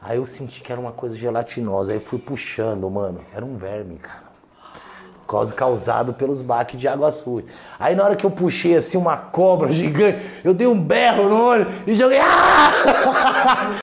Aí eu senti que era uma coisa gelatinosa, aí eu fui puxando, mano. Era um verme, cara. Causado pelos baques de água suja. Aí na hora que eu puxei assim uma cobra gigante, eu dei um berro no olho e joguei... Ah!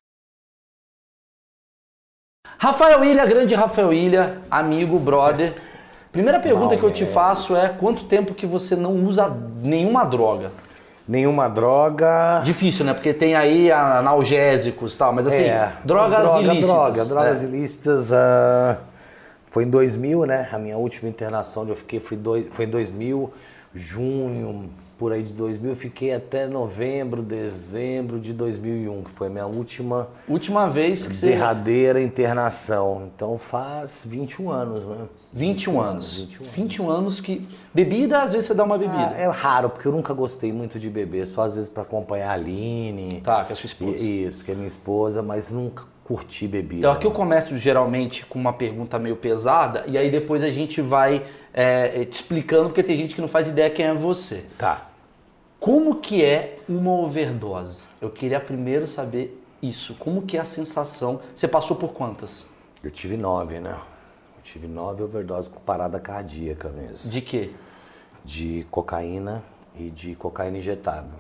Rafael Ilha, grande Rafael Ilha, amigo, brother. Primeira pergunta que eu te faço é quanto tempo que você não usa nenhuma droga? Nenhuma droga... Difícil, né? Porque tem aí analgésicos e tal, mas assim, drogas ilícitas. Drogas ilícitas, foi em 2000, né? A minha última internação onde eu fiquei foi em 2000, junho, por aí de 2000, fiquei até novembro, dezembro de 2001, que foi a minha última vez que derradeira internação. Então faz 21 anos, né? 21 anos. 21 anos que... Bebida, às vezes você dá uma bebida. É raro, porque eu nunca gostei muito de beber, só às vezes pra acompanhar a Aline. Tá, que é a sua esposa. Isso, que é minha esposa, mas nunca curti bebida. Então aqui eu começo geralmente com uma pergunta meio pesada e aí depois a gente vai te explicando, porque tem gente que não faz ideia quem é você. Tá. Como que é uma overdose? Eu queria primeiro saber isso. Como que é a sensação? Você passou por quantas? Eu tive 9, né? Eu tive 9 overdoses com parada cardíaca mesmo. De quê? De cocaína e de cocaína injetável.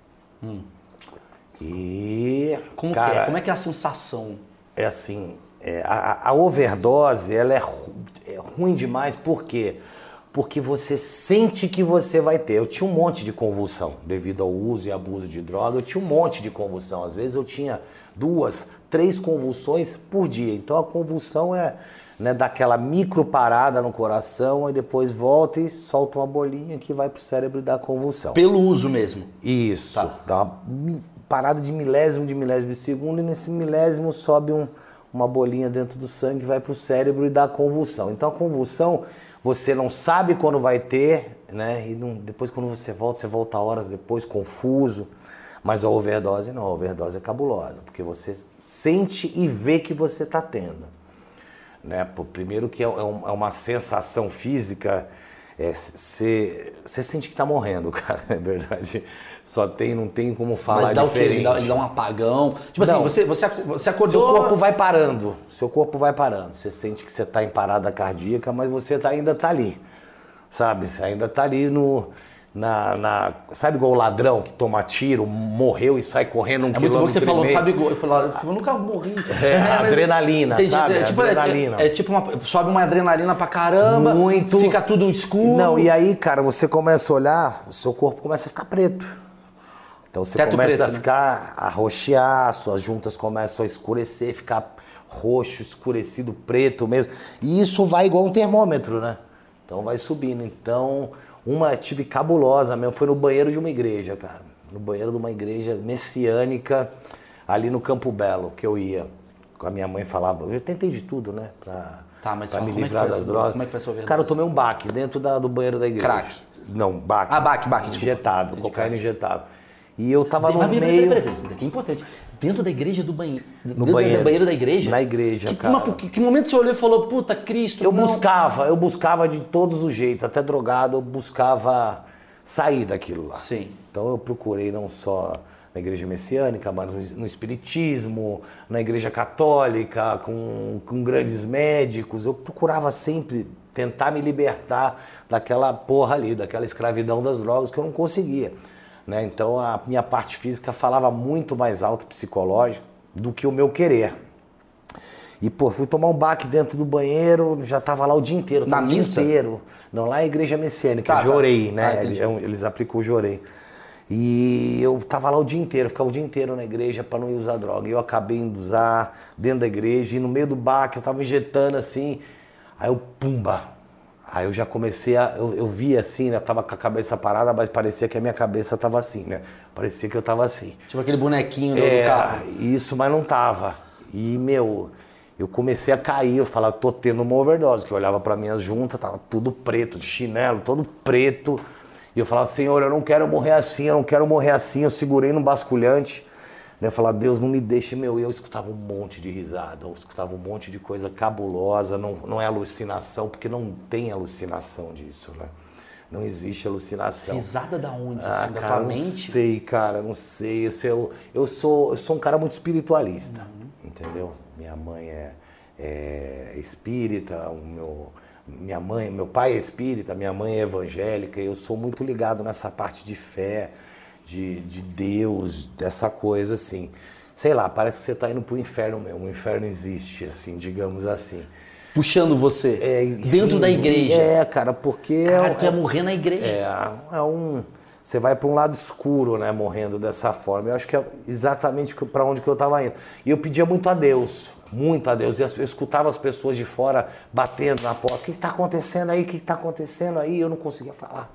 E... Como cara, que é? Como é que é a sensação? É assim, a overdose, ela é ruim demais, por quê? Porque você sente que você vai ter. Eu tinha um monte de convulsão, devido ao uso e abuso de droga, eu tinha um monte de convulsão. Às vezes eu tinha 2, 3 convulsões por dia. Então a convulsão é, né, daquela micro parada no coração, e depois volta e solta uma bolinha que vai pro cérebro e dá convulsão. Pelo uso mesmo? Isso, tá. Dá uma parada de milésimo de segundo, e nesse milésimo sobe uma bolinha dentro do sangue, vai pro cérebro e dá convulsão. Então a convulsão... Você não sabe quando vai ter, né? E depois quando você volta horas depois, confuso. Mas a overdose não, a overdose é cabulosa, porque você sente e vê que você está tendo. Né? Primeiro que é uma sensação física, você sente que está morrendo, cara, é verdade. Não tem como falar. Mas dá diferente. O quê? Ele dá um apagão? Tipo não, assim, você acordou... Seu corpo vai parando. Você sente que você está em parada cardíaca, mas você ainda está ali. Sabe? Você ainda está ali sabe igual o ladrão que toma tiro, morreu e sai correndo um quilômetro. É muito bom que você falou, meio. sabe igual. Eu nunca morri. Adrenalina, entendi. sabe? Adrenalina. Sobe uma adrenalina pra caramba. Muito. Fica tudo escuro. Não, e aí, cara, você começa a olhar, o seu corpo começa a ficar preto. Então você começa a ficar, a roxear, suas juntas começam a escurecer, ficar roxo, escurecido, preto mesmo. E isso vai igual um termômetro, né? Então vai subindo. Então, tive cabulosa mesmo, foi no banheiro de uma igreja, cara. No banheiro de uma igreja messiânica, ali no Campo Belo, que eu ia. Com a minha mãe falava, eu tentei de tudo, né? Pra me livrar das drogas. Como é que foi a sua verdade? Cara, eu tomei um baque dentro do banheiro da igreja. Crack? Não, baque. Baque, injetável, cocaína injetável. E eu tava no meio... Peraí, isso daqui é importante. Dentro da igreja do banheiro. No banheiro. Do banheiro da igreja? Na igreja, cara. Que momento você olhou e falou, puta, Cristo, eu buscava de todos os jeitos, até drogado, eu buscava sair daquilo lá. Sim. Então eu procurei não só na igreja messiânica, mas no espiritismo, na igreja católica, com grandes médicos. Eu procurava sempre tentar me libertar daquela porra ali, daquela escravidão das drogas que eu não conseguia. Né? Então a minha parte física falava muito mais alto psicológico do que o meu querer. E, fui tomar um baque dentro do banheiro, já tava lá o dia inteiro. Na missa? O dia inteiro. Não, lá é a igreja messiânica, Jorei, né? Eles aplicam o Jorei. E eu tava lá o dia inteiro, ficava o dia inteiro na igreja para não ir usar droga. E eu acabei indo usar dentro da igreja, e no meio do baque eu tava injetando assim, aí eu, pumba. Aí eu já comecei eu vi assim, né? Eu tava com a cabeça parada, mas parecia que a minha cabeça tava assim, né? Parecia que eu tava assim. Tipo aquele bonequinho do carro. Isso, mas não tava. E, eu comecei a cair, eu falava, tô tendo uma overdose, que eu olhava pra minhas juntas, tava tudo preto, de chinelo, todo preto. E eu falava, Senhor, eu não quero morrer assim, eu não quero morrer assim. Eu segurei no basculhante, né? Eu falava, Deus, não me deixe, E eu escutava um monte de risada, eu escutava um monte de coisa cabulosa, não é alucinação, porque não tem alucinação disso, né? Não existe alucinação. Risada da onde, assim, da cara, tua mente? Não sei, cara, não sei. Eu sou um cara muito espiritualista, entendeu? Minha mãe é espírita, meu pai é espírita, minha mãe é evangélica, eu sou muito ligado nessa parte de fé, de Deus, dessa coisa assim. Sei lá, parece que você tá indo pro inferno mesmo, o inferno existe, assim, digamos assim. Puxando você dentro da igreja. Cara, porque... Cara, tu ia morrer na igreja. Você vai para um lado escuro, né, morrendo dessa forma. Eu acho que é exatamente para onde que eu estava indo. E eu pedia muito a Deus. E eu escutava as pessoas de fora batendo na porta. O que está acontecendo aí? O que está acontecendo aí? Eu não conseguia falar.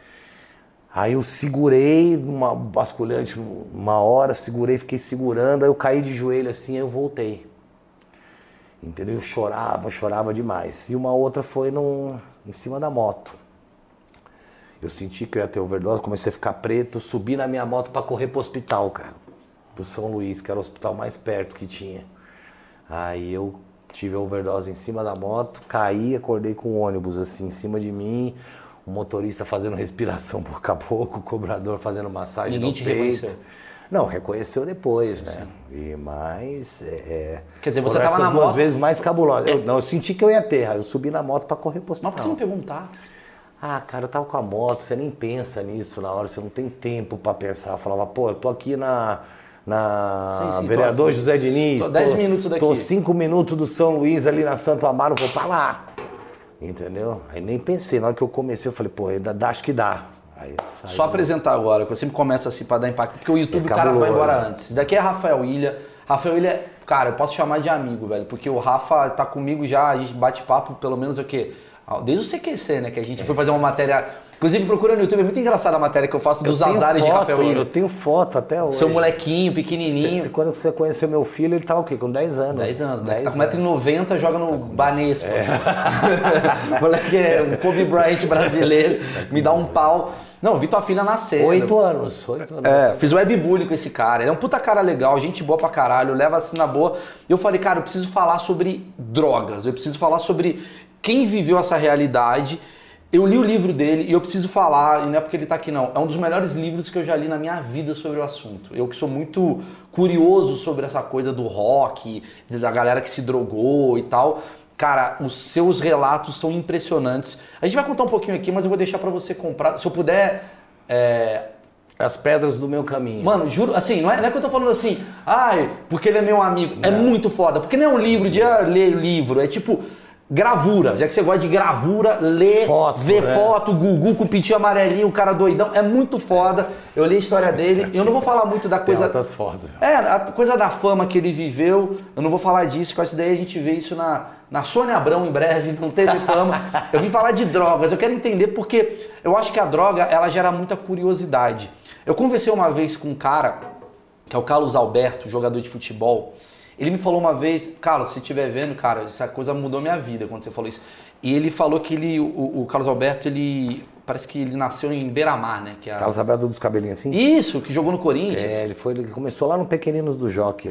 Aí eu segurei numa basculhante uma hora, fiquei segurando. Aí eu caí de joelho assim, aí eu voltei. Entendeu? Eu chorava demais. E uma outra foi em cima da moto. Eu senti que eu ia ter overdose, comecei a ficar preto, subi na minha moto para correr pro hospital, cara. Pro São Luís, que era o hospital mais perto que tinha. Aí eu tive a overdose em cima da moto, caí, acordei com um ônibus assim em cima de mim, o motorista fazendo respiração boca a boca, o cobrador fazendo massagem no peito. Ninguém te reconheceu? Não, reconheceu depois, sim, né? Sim. Mas... Quer dizer, você tava na moto... duas vezes mais cabulosas. Eu senti que eu ia ter, aí eu subi na moto para correr pro hospital. Mas por que você não pegou um táxi? Cara, eu tava com a moto, você nem pensa nisso na hora, você não tem tempo pra pensar. Eu falava, pô, eu tô aqui na sim, Vereador José Diniz. Tô 10 minutos daqui. Tô 5 minutos do São Luís ali na Santo Amaro, vou pra lá. Entendeu? Aí nem pensei, na hora que eu comecei, eu falei, pô, acho que dá. Aí, só apresentar agora, que eu sempre começo assim pra dar impacto, porque o YouTube o cara vai embora antes. Daqui é Rafael Ilha. Rafael Ilha, cara, eu posso chamar de amigo, velho, porque o Rafa tá comigo já, a gente bate papo pelo menos o quê? Desde o CQC, né? Que a gente foi fazer uma matéria. Inclusive, procura no YouTube, é muito engraçada a matéria que eu faço dos azares de Rafael Ilha. Eu tenho foto até hoje. Seu molequinho, pequenininho. Quando você conheceu meu filho, ele tava o quê? Com 10 anos. 10 anos. Tá com 1,90 m, joga no Banespa. O moleque é um Kobe Bryant brasileiro, me dá um pau. Não, vi tua filha nascer. 8 anos. Fiz webbullying com esse cara. Ele é um puta cara legal, gente boa pra caralho, leva assim na boa. E eu falei, cara, eu preciso falar sobre drogas, eu preciso falar sobre quem viveu essa realidade. Eu li o livro dele e eu preciso falar, e não é porque ele tá aqui não, é um dos melhores livros que eu já li na minha vida sobre o assunto. Eu que sou muito curioso sobre essa coisa do rock, da galera que se drogou e tal. Cara, os seus relatos são impressionantes. A gente vai contar um pouquinho aqui, mas eu vou deixar pra você comprar, se eu puder... As pedras do meu caminho. Mano, juro, assim, não é que eu tô falando assim, porque ele é meu amigo. Não. É muito foda, porque não é um livro de ler livro, é tipo... Gravura, já que você gosta de gravura, ler, ver foto, Gugu com o pintinho amarelinho, o cara doidão, é muito foda. Eu li a história dele, eu não vou falar muito da coisa... Tem altas fotos. A coisa da fama que ele viveu, eu não vou falar disso, com isso daí a gente vê isso na Sônia Abrão em breve, não teve fama. Eu vim falar de drogas, eu quero entender porque eu acho que a droga, ela gera muita curiosidade. Eu conversei uma vez com um cara, que é o Carlos Alberto, jogador de futebol. Ele me falou uma vez, Carlos, se estiver vendo, cara, essa coisa mudou minha vida quando você falou isso. E ele falou que o Carlos Alberto, parece que ele nasceu em Beira-Mar, né? Carlos Alberto dos cabelinhos assim? Isso, que jogou no Corinthians. Ele começou lá no Pequeninos do Jockey,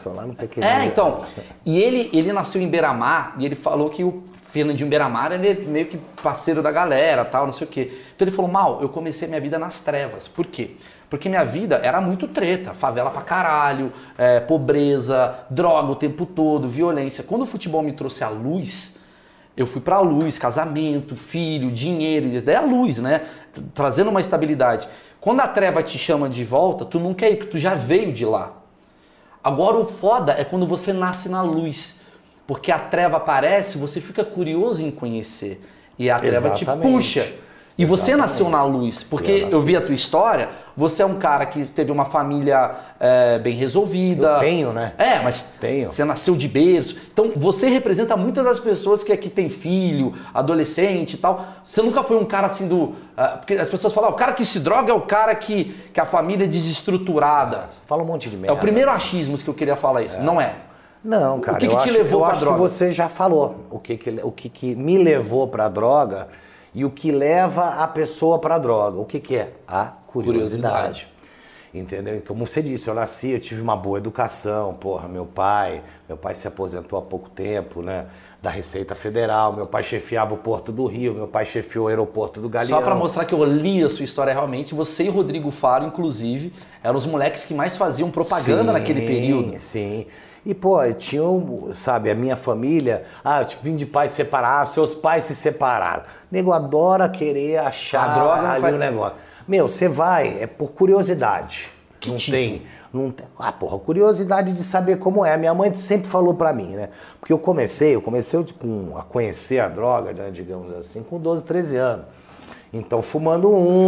então, e ele nasceu em Beira-Mar e ele falou que o Fernandinho Beira-Mar, ele é meio que parceiro da galera, tal, não sei o quê. Então ele falou, eu comecei minha vida nas trevas. Por quê? Porque minha vida era muito treta, favela pra caralho, pobreza, droga o tempo todo, violência. Quando o futebol me trouxe a luz, eu fui pra luz, casamento, filho, dinheiro, isso daí é a luz, né? Trazendo uma estabilidade. Quando a treva te chama de volta, tu não quer ir, porque tu já veio de lá. Agora o foda é quando você nasce na luz, porque a treva aparece, você fica curioso em conhecer e a treva te puxa. E você nasceu na luz, porque eu vi a tua história, você é um cara que teve uma família bem resolvida. Eu tenho, né? Mas você nasceu de berço. Então você representa muitas das pessoas que aqui tem filho, adolescente e tal. Você nunca foi um cara assim porque as pessoas falam, o cara que se droga é o cara que a família é desestruturada. Fala um monte de merda. É o primeiro achismo que eu queria falar isso, não é? Não, cara. O que te levou pra droga? Eu acho que você já falou. O que me levou pra droga... E o que leva a pessoa para a droga? O que é? A curiosidade. Entendeu? Como você disse, eu tive uma boa educação, meu pai se aposentou há pouco tempo, né? Da Receita Federal, meu pai chefiava o Porto do Rio, meu pai chefiou o aeroporto do Galeão. Só para mostrar que eu li a sua história realmente, você e Rodrigo Faro, inclusive, eram os moleques que mais faziam propaganda naquele período. Sim. E, pô, tinha, sabe, a minha família, eu vim de pais separados, seus pais se separaram. Nego adora querer achar A droga ali o negócio. Meu, você vai, é por curiosidade. Não tem. Curiosidade de saber como é. Minha mãe sempre falou pra mim, né? Porque eu comecei a conhecer a droga, né, digamos assim, com 12, 13 anos. Então, fumando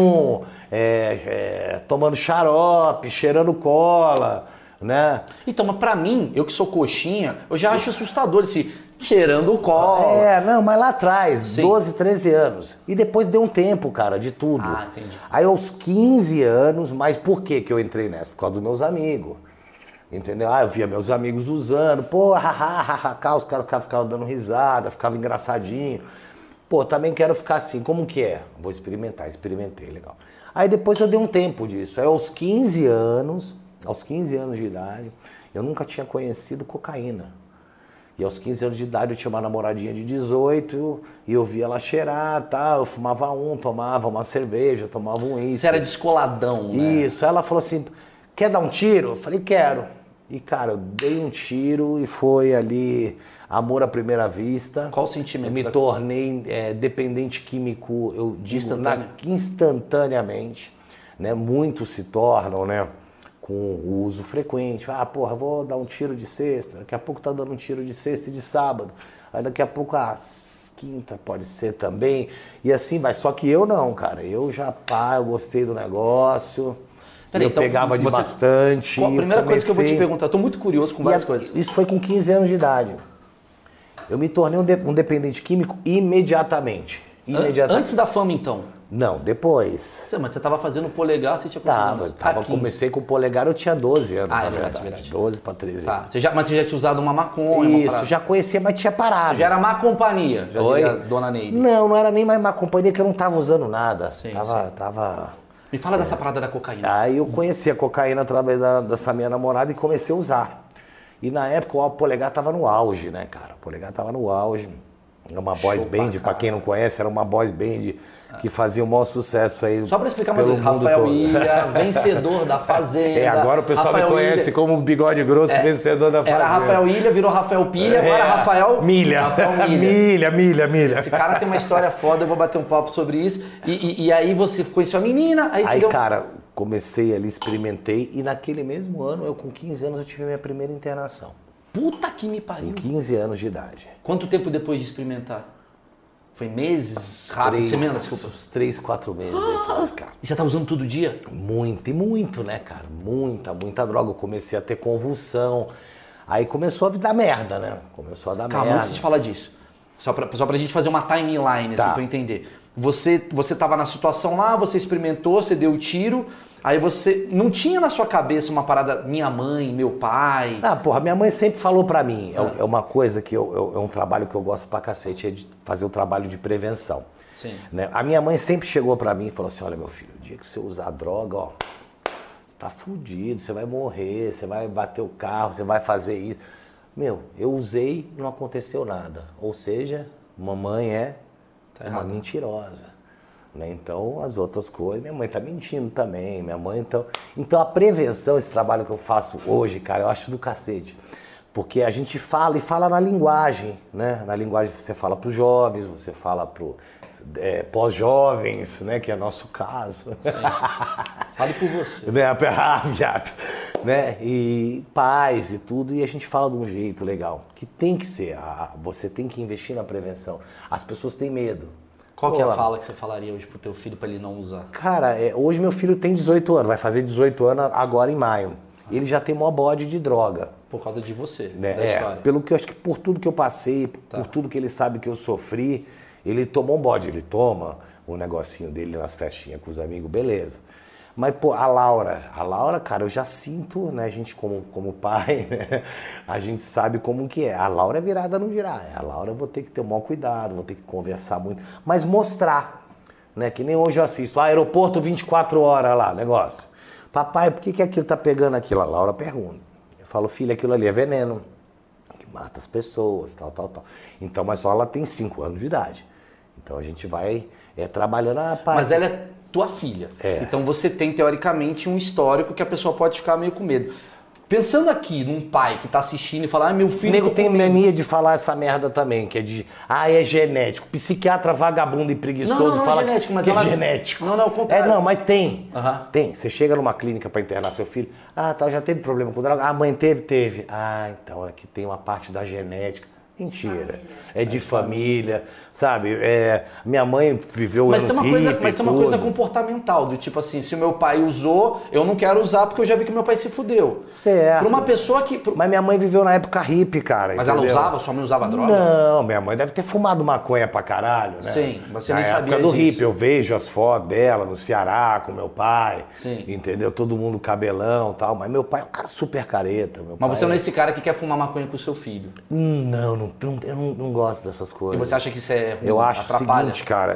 tomando xarope, cheirando cola, né? Então, mas pra mim, eu que sou coxinha, eu já acho assustador esse cheirando cola. Mas lá atrás, Sim. 12, 13 anos. E depois deu um tempo, cara, de tudo. Entendi. Aí aos 15 anos, mas por que eu entrei nessa? Por causa dos meus amigos. Entendeu? Eu via meus amigos usando, os caras ficavam dando risada, ficava engraçadinho. Pô, também quero ficar assim, como que é? Vou experimentar, experimentei, legal. Aí depois eu dei um tempo disso. Aí aos 15 anos de idade, eu nunca tinha conhecido cocaína. E aos 15 anos de idade eu tinha uma namoradinha de 18 e eu via ela cheirar, tá? Eu fumava tomava uma cerveja, tomava um uísque. Você era descoladão, né? Isso. Ela falou assim, quer dar um tiro? Eu falei, quero. E, cara, eu dei um tiro e foi ali amor à primeira vista. Qual o sentimento? Eu me tornei dependente químico, eu digo, instantaneamente. Né? Muitos se tornam, né? Com o uso frequente. Vou dar um tiro de sexta. Daqui a pouco tá dando um tiro de sexta e de sábado. Aí daqui a pouco, quinta pode ser também. E assim vai. Só que eu não, cara. Eu gostei do negócio. Eu pegava bastante. A primeira coisa que eu vou te perguntar, eu tô muito curioso com várias coisas. Isso foi com 15 anos de idade. Eu me tornei um dependente químico imediatamente. Antes da fama, então? Não, depois. Mas você estava fazendo polegar, você tinha quantos anos? Comecei com o polegar, eu tinha 12 anos, na verdade. 12 para 13 anos. Mas você já tinha usado uma maconha? Isso, já conhecia, mas tinha parado. Você já era má companhia, já diria a dona Neide. Não era nem mais má companhia, que eu não estava usando nada. Sim. Me fala dessa parada da cocaína. Aí eu conheci a cocaína através dessa minha namorada e comecei a usar. E na época o polegar estava no auge, né, cara? O polegar estava no auge. Era uma boys band, para quem não conhece, era uma boys band que fazia o maior sucesso aí. Só para explicar mais, Rafael Ilha, vencedor da Fazenda. Agora o pessoal me conhece como Bigode Grosso, vencedor da Fazenda. Era Rafael Ilha, virou Rafael Pilha, agora Rafael Milha. Rafael Milha. Esse cara tem uma história foda, eu vou bater um papo sobre isso. E aí você conheceu a menina, cara, comecei ali, experimentei, e naquele mesmo ano, eu com 15 anos, eu tive minha primeira internação. Puta que me pariu. Com 15 anos de idade. Quanto tempo depois de experimentar? Foi meses? Rápido? Semanas, desculpa. Uns 3, 4 meses depois, cara. E você tá usando todo dia? Muito, né, cara? Muita droga. Eu comecei a ter convulsão. Aí começou a dar merda, né? Calma, antes de falar disso. Só pra gente fazer uma timeline, assim, pra eu entender. Você tava na situação lá, você experimentou, você deu o tiro... Aí você não tinha na sua cabeça uma parada, minha mãe, meu pai? Minha mãe sempre falou pra mim, é uma coisa que é um trabalho que eu gosto pra cacete, é de fazer o trabalho de prevenção. Sim. Né? A minha mãe sempre chegou pra mim e falou assim, olha meu filho, o dia que você usar droga, você tá fudido, você vai morrer, você vai bater o carro, você vai fazer isso. Eu usei e não aconteceu nada. Ou seja, mamãe é uma mentirosa. Então, as outras coisas, minha mãe tá mentindo também, minha mãe Então, a prevenção, esse trabalho que eu faço hoje, cara, eu acho do cacete. Porque a gente fala na linguagem, né? Na linguagem você fala pros jovens, você fala pro pós-jovens, né? Que é nosso caso. Sim. Fale por você. Viado. Né? E pais e tudo, e a gente fala de um jeito legal. Que tem que ser, você tem que investir na prevenção. As pessoas têm medo. Qual que é a fala que você falaria hoje pro teu filho pra ele não usar? Cara, hoje meu filho tem 18 anos, vai fazer 18 anos agora em maio. Ele já tem maior bode de droga. Por causa de você, da história. Pelo que eu acho que por tudo que eu passei, por tudo que ele sabe que eu sofri, ele tomou um bode, ele toma o negocinho dele nas festinhas com os amigos, beleza. Mas, a Laura, cara, eu já sinto, né, a gente como pai, né, a gente sabe como que é. A Laura é virada no virar. A Laura eu vou ter que ter o maior cuidado, vou ter que conversar muito, mas mostrar, né, que nem hoje eu assisto, aeroporto 24 horas lá, negócio. Papai, por que aquilo tá pegando aquilo? A Laura pergunta. Eu falo, filha, aquilo ali é veneno, que mata as pessoas, tal. Então, mas só ela tem 5 anos de idade. Então a gente vai trabalhando a parte. Mas ela é tua filha. Então você tem, teoricamente, um histórico que a pessoa pode ficar meio com medo. Pensando aqui num pai que tá assistindo e fala, meu filho... O nego tem mania de falar essa merda também, que é de, é genético. Psiquiatra vagabundo e preguiçoso não fala é genético, mas que ela... é genético. Não, o contrário. Não, mas tem. Uhum. Tem. Você chega numa clínica pra internar seu filho, já teve problema com droga. A mãe teve. Então aqui tem uma parte da genética. Mentira. É de família, sabe? Minha mãe viveu anos hippie. Mas tem uma coisa comportamental, do tipo assim, se o meu pai usou, eu não quero usar porque eu já vi que meu pai se fudeu. Certo. Pra uma pessoa que... Mas minha mãe viveu na época hippie, cara. Mas entendeu? ela usava? Sua mãe usava droga? Não, minha mãe deve ter fumado maconha pra caralho, né? Sim, você na nem sabia época do disso. hippie, eu vejo as fotos dela no Ceará com meu pai. Sim. Entendeu? Todo mundo cabelão e tal. Mas meu pai é um cara super careta. Mas você não é esse cara que quer fumar maconha com o seu filho? Não, eu não gosto dessas coisas. E você acha que isso é ruim? Eu acho atrapalha? o seguinte, cara,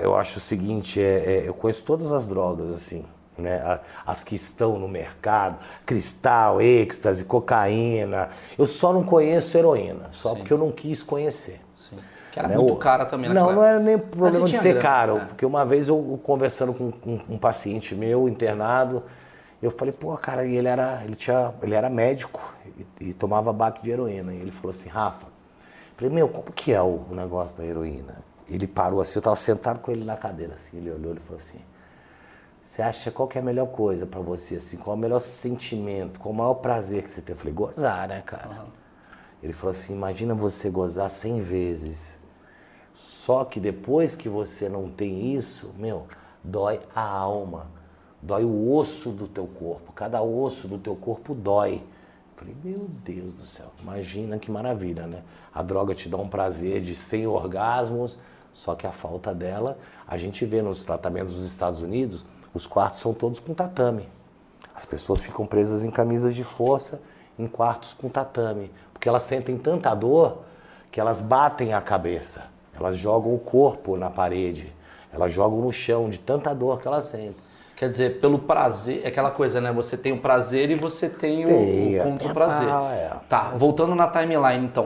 eu conheço todas as drogas, assim, né? As que estão no mercado, cristal, êxtase, cocaína. Eu só não conheço heroína, só porque eu não quis conhecer. Sim. Que era muito cara também naquela Não era nem problema de ser grana, caro, porque uma vez eu conversando com um paciente meu, internado, eu falei, pô, cara, ele era médico e tomava baque de heroína. E ele falou assim, Rafa, falei, como que é o negócio da heroína? Ele parou assim, eu tava sentado com ele na cadeira, assim, ele olhou e falou assim, você acha qual que é a melhor coisa pra você, assim, qual é o melhor sentimento, qual é o maior prazer que você tem? Eu falei, gozar, né, cara? Uhum. Ele falou assim, imagina você gozar 100 vezes, só que depois que você não tem isso, dói a alma, dói o osso do teu corpo, cada osso do teu corpo dói. Falei, meu Deus do céu, imagina que maravilha, né? A droga te dá um prazer de 100 orgasmos, só que a falta dela, a gente vê nos tratamentos dos Estados Unidos, os quartos são todos com tatame. As pessoas ficam presas em camisas de força, em quartos com tatame, porque elas sentem tanta dor que elas batem a cabeça, elas jogam o corpo na parede, elas jogam no chão de tanta dor que elas sentem. Quer dizer, pelo prazer, é aquela coisa, né? Você tem o prazer e você tem o contra-prazer. Tá, voltando na timeline, então.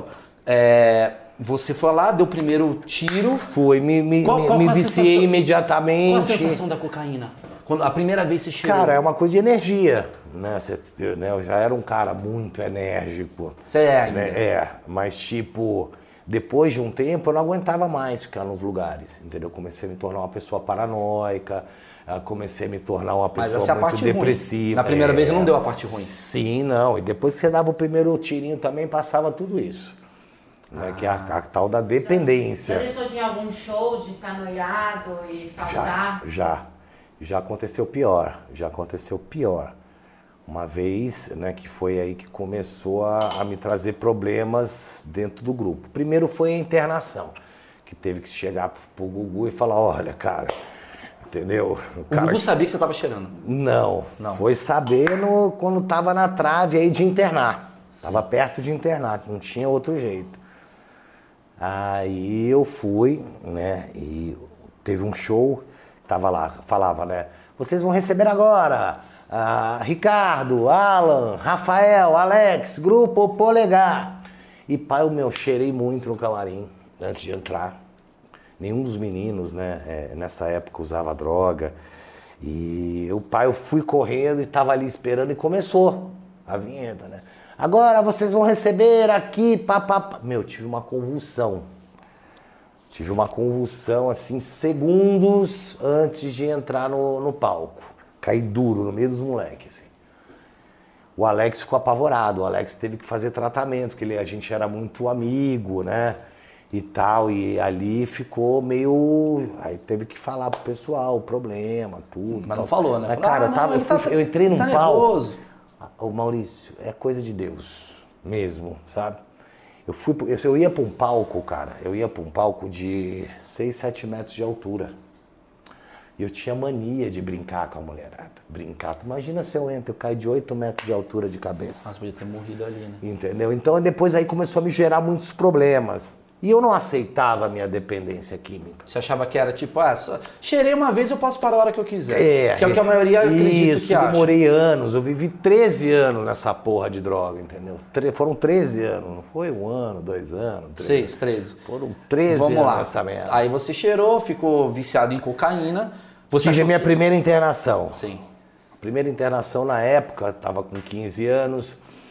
Você foi lá, deu o primeiro tiro. Fui, me viciei imediatamente. Qual a sensação da cocaína? Quando a primeira vez você cheirou? Cara, é uma coisa de energia, né? Eu já era um cara muito enérgico. Você é ainda? Mas tipo, depois de um tempo eu não aguentava mais ficar nos lugares, entendeu? Comecei a me tornar uma pessoa paranoica. Comecei a me tornar uma pessoa muito depressiva. Ruim. Na primeira vez não deu a parte ruim? Sim, não. E depois que você dava o primeiro tirinho também passava tudo isso. Né? Que é a tal da dependência. Você deixou de ir em algum show de estar noiado e faltar? Já aconteceu pior. Uma vez, né, que foi aí que começou a me trazer problemas dentro do grupo. Primeiro foi a internação, que teve que chegar pro Gugu e falar, olha, cara... Entendeu? O Gugu sabia que você estava cheirando? Não. Foi sabendo quando estava na trave aí de internar. Estava perto de internar, não tinha outro jeito. Aí eu fui, né, e teve um show, tava lá, falava, né, vocês vão receber agora Ricardo, Alan, Rafael, Alex, Grupo Polegar. E pai, cheirei muito no camarim antes de entrar. Nenhum dos meninos, né, nessa época usava droga. E eu fui correndo e estava ali esperando e começou a vinheta, né? Agora vocês vão receber aqui, papapá. Tive uma convulsão. Tive uma convulsão, assim, segundos antes de entrar no palco. Caí duro no meio dos moleques, assim. O Alex ficou apavorado, o Alex teve que fazer tratamento, porque a gente era muito amigo, né? E tal, e ali ficou meio... Aí teve que falar pro pessoal o problema, tudo. Mas tal. Não falou, né? Mas, cara, eu entrei num palco... Nervoso. Ô, Maurício, é coisa de Deus mesmo, sabe? Eu ia pra um palco, cara, de 6, 7 metros de altura. E eu tinha mania de brincar com a mulherada. Imagina se eu caio de 8 metros de altura de cabeça. Nossa, podia ter morrido ali, né? Entendeu? Então depois aí começou a me gerar muitos problemas. E eu não aceitava a minha dependência química. Você achava que era tipo, cheirei uma vez, eu posso parar a hora que eu quiser. Que é o que a maioria acredita que acha. Eu demorei anos, eu vivi 13 anos nessa porra de droga, entendeu? Foram 13 anos, não foi 1 ano, 2 anos. 6, 13. Foram 13 Vamos anos lá. nessa merda. Aí você cheirou, ficou viciado em cocaína. Tive a minha primeira internação. Sim. Primeira internação na época, estava com 15 anos.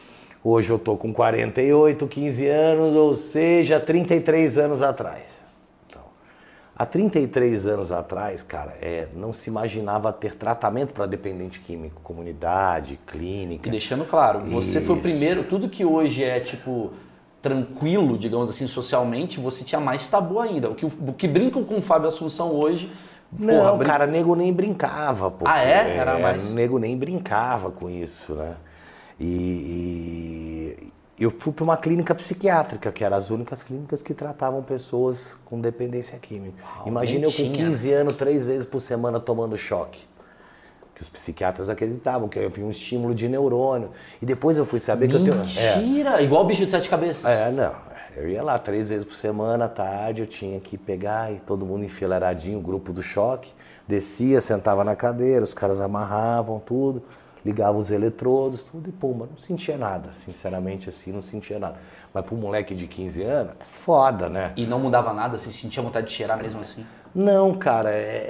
Hoje eu tô com 48, 15 anos, ou seja, 33 anos atrás. Então, há 33 anos atrás, cara, não se imaginava ter tratamento para dependente químico, comunidade, clínica. E deixando claro, você foi o Isso. primeiro, tudo que hoje é tipo tranquilo, digamos assim, socialmente, você tinha mais tabu ainda. O que brincam com o Fábio Assunção hoje... Não, cara, nego nem brincava. Porque, Ah, é? Era mais... Nego nem brincava com isso, né? E eu fui para uma clínica psiquiátrica, que eram as únicas clínicas que tratavam pessoas com dependência química. Imagina eu com 15 anos, 3 vezes por semana tomando choque. Que os psiquiatras acreditavam que eu tinha um estímulo de neurônio. E depois eu fui saber que eu tenho... Mentira! Igual o bicho de 7 cabeças. Não. Eu ia lá 3 vezes por semana, à tarde, eu tinha que pegar e todo mundo enfileiradinho, o grupo do choque. Descia, sentava na cadeira, os caras amarravam tudo, ligavam os eletrodos, tudo e pumba. Não sentia nada, sinceramente assim, não sentia nada. Mas para um moleque de 15 anos, é foda, né? E não mudava nada? Você sentia vontade de cheirar mesmo assim? Não, cara,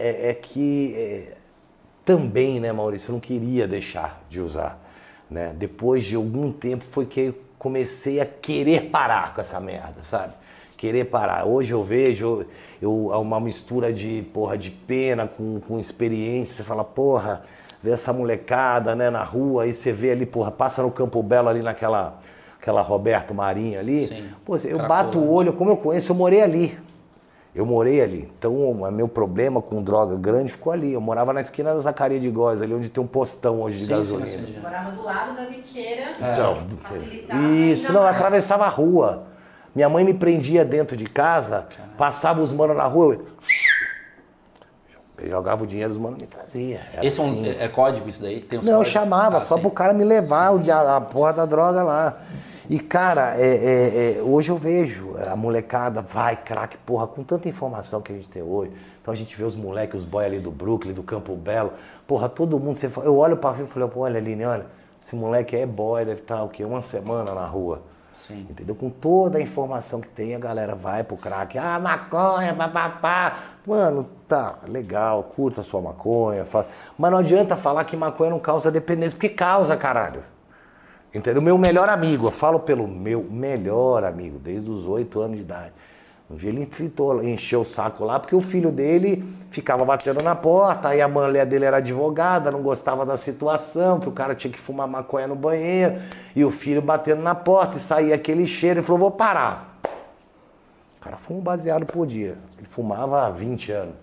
também, né, Maurício, eu não queria deixar de usar, né? Depois de algum tempo foi que eu comecei a querer parar com essa merda, sabe? Querer parar. Hoje eu vejo uma mistura de pena com experiência. Você fala, porra, vê essa molecada, né, na rua, aí você vê ali, porra, passa no Campo Belo ali naquela Roberto Marinho ali. Sim. Pô, eu bato o olho, como eu conheço, eu morei ali. Então, o meu problema com droga grande ficou ali. Eu morava na esquina da Zacarias de Góes, ali onde tem um postão hoje de gasolina. Morava do lado da biqueira, facilitava. Isso, não, eu atravessava a rua. Minha mãe me prendia dentro de casa, passava os manos na rua, eu jogava o dinheiro, os manos me traziam. Esse assim. é código isso daí? Tem uns Não, eu códigos? chamava só pro cara me levar a porra da droga lá. E, cara, hoje eu vejo a molecada, vai, craque, porra, com tanta informação que a gente tem hoje. Então a gente vê os moleques, os boys ali do Brooklyn, do Campo Belo. Porra, todo mundo, eu olho pra frente e falo, pô, olha, Aline, olha, esse moleque é boy, deve estar, o quê? 1 semana na rua. Sim. Entendeu? Com toda a informação que tem, a galera vai pro crack. Ah, maconha, papapá. Mano, tá, legal, curta a sua maconha. Mas não adianta falar que maconha não causa dependência, porque causa, caralho. Entendeu? Meu melhor amigo, eu falo pelo meu melhor amigo, desde os 8 anos de idade. Um dia ele encheu o saco lá, porque o filho dele ficava batendo na porta, aí a mulher dele era advogada, não gostava da situação, que o cara tinha que fumar maconha no banheiro, e o filho batendo na porta, e saía aquele cheiro, ele falou, vou parar. O cara fuma um baseado por dia. Ele fumava há 20 anos.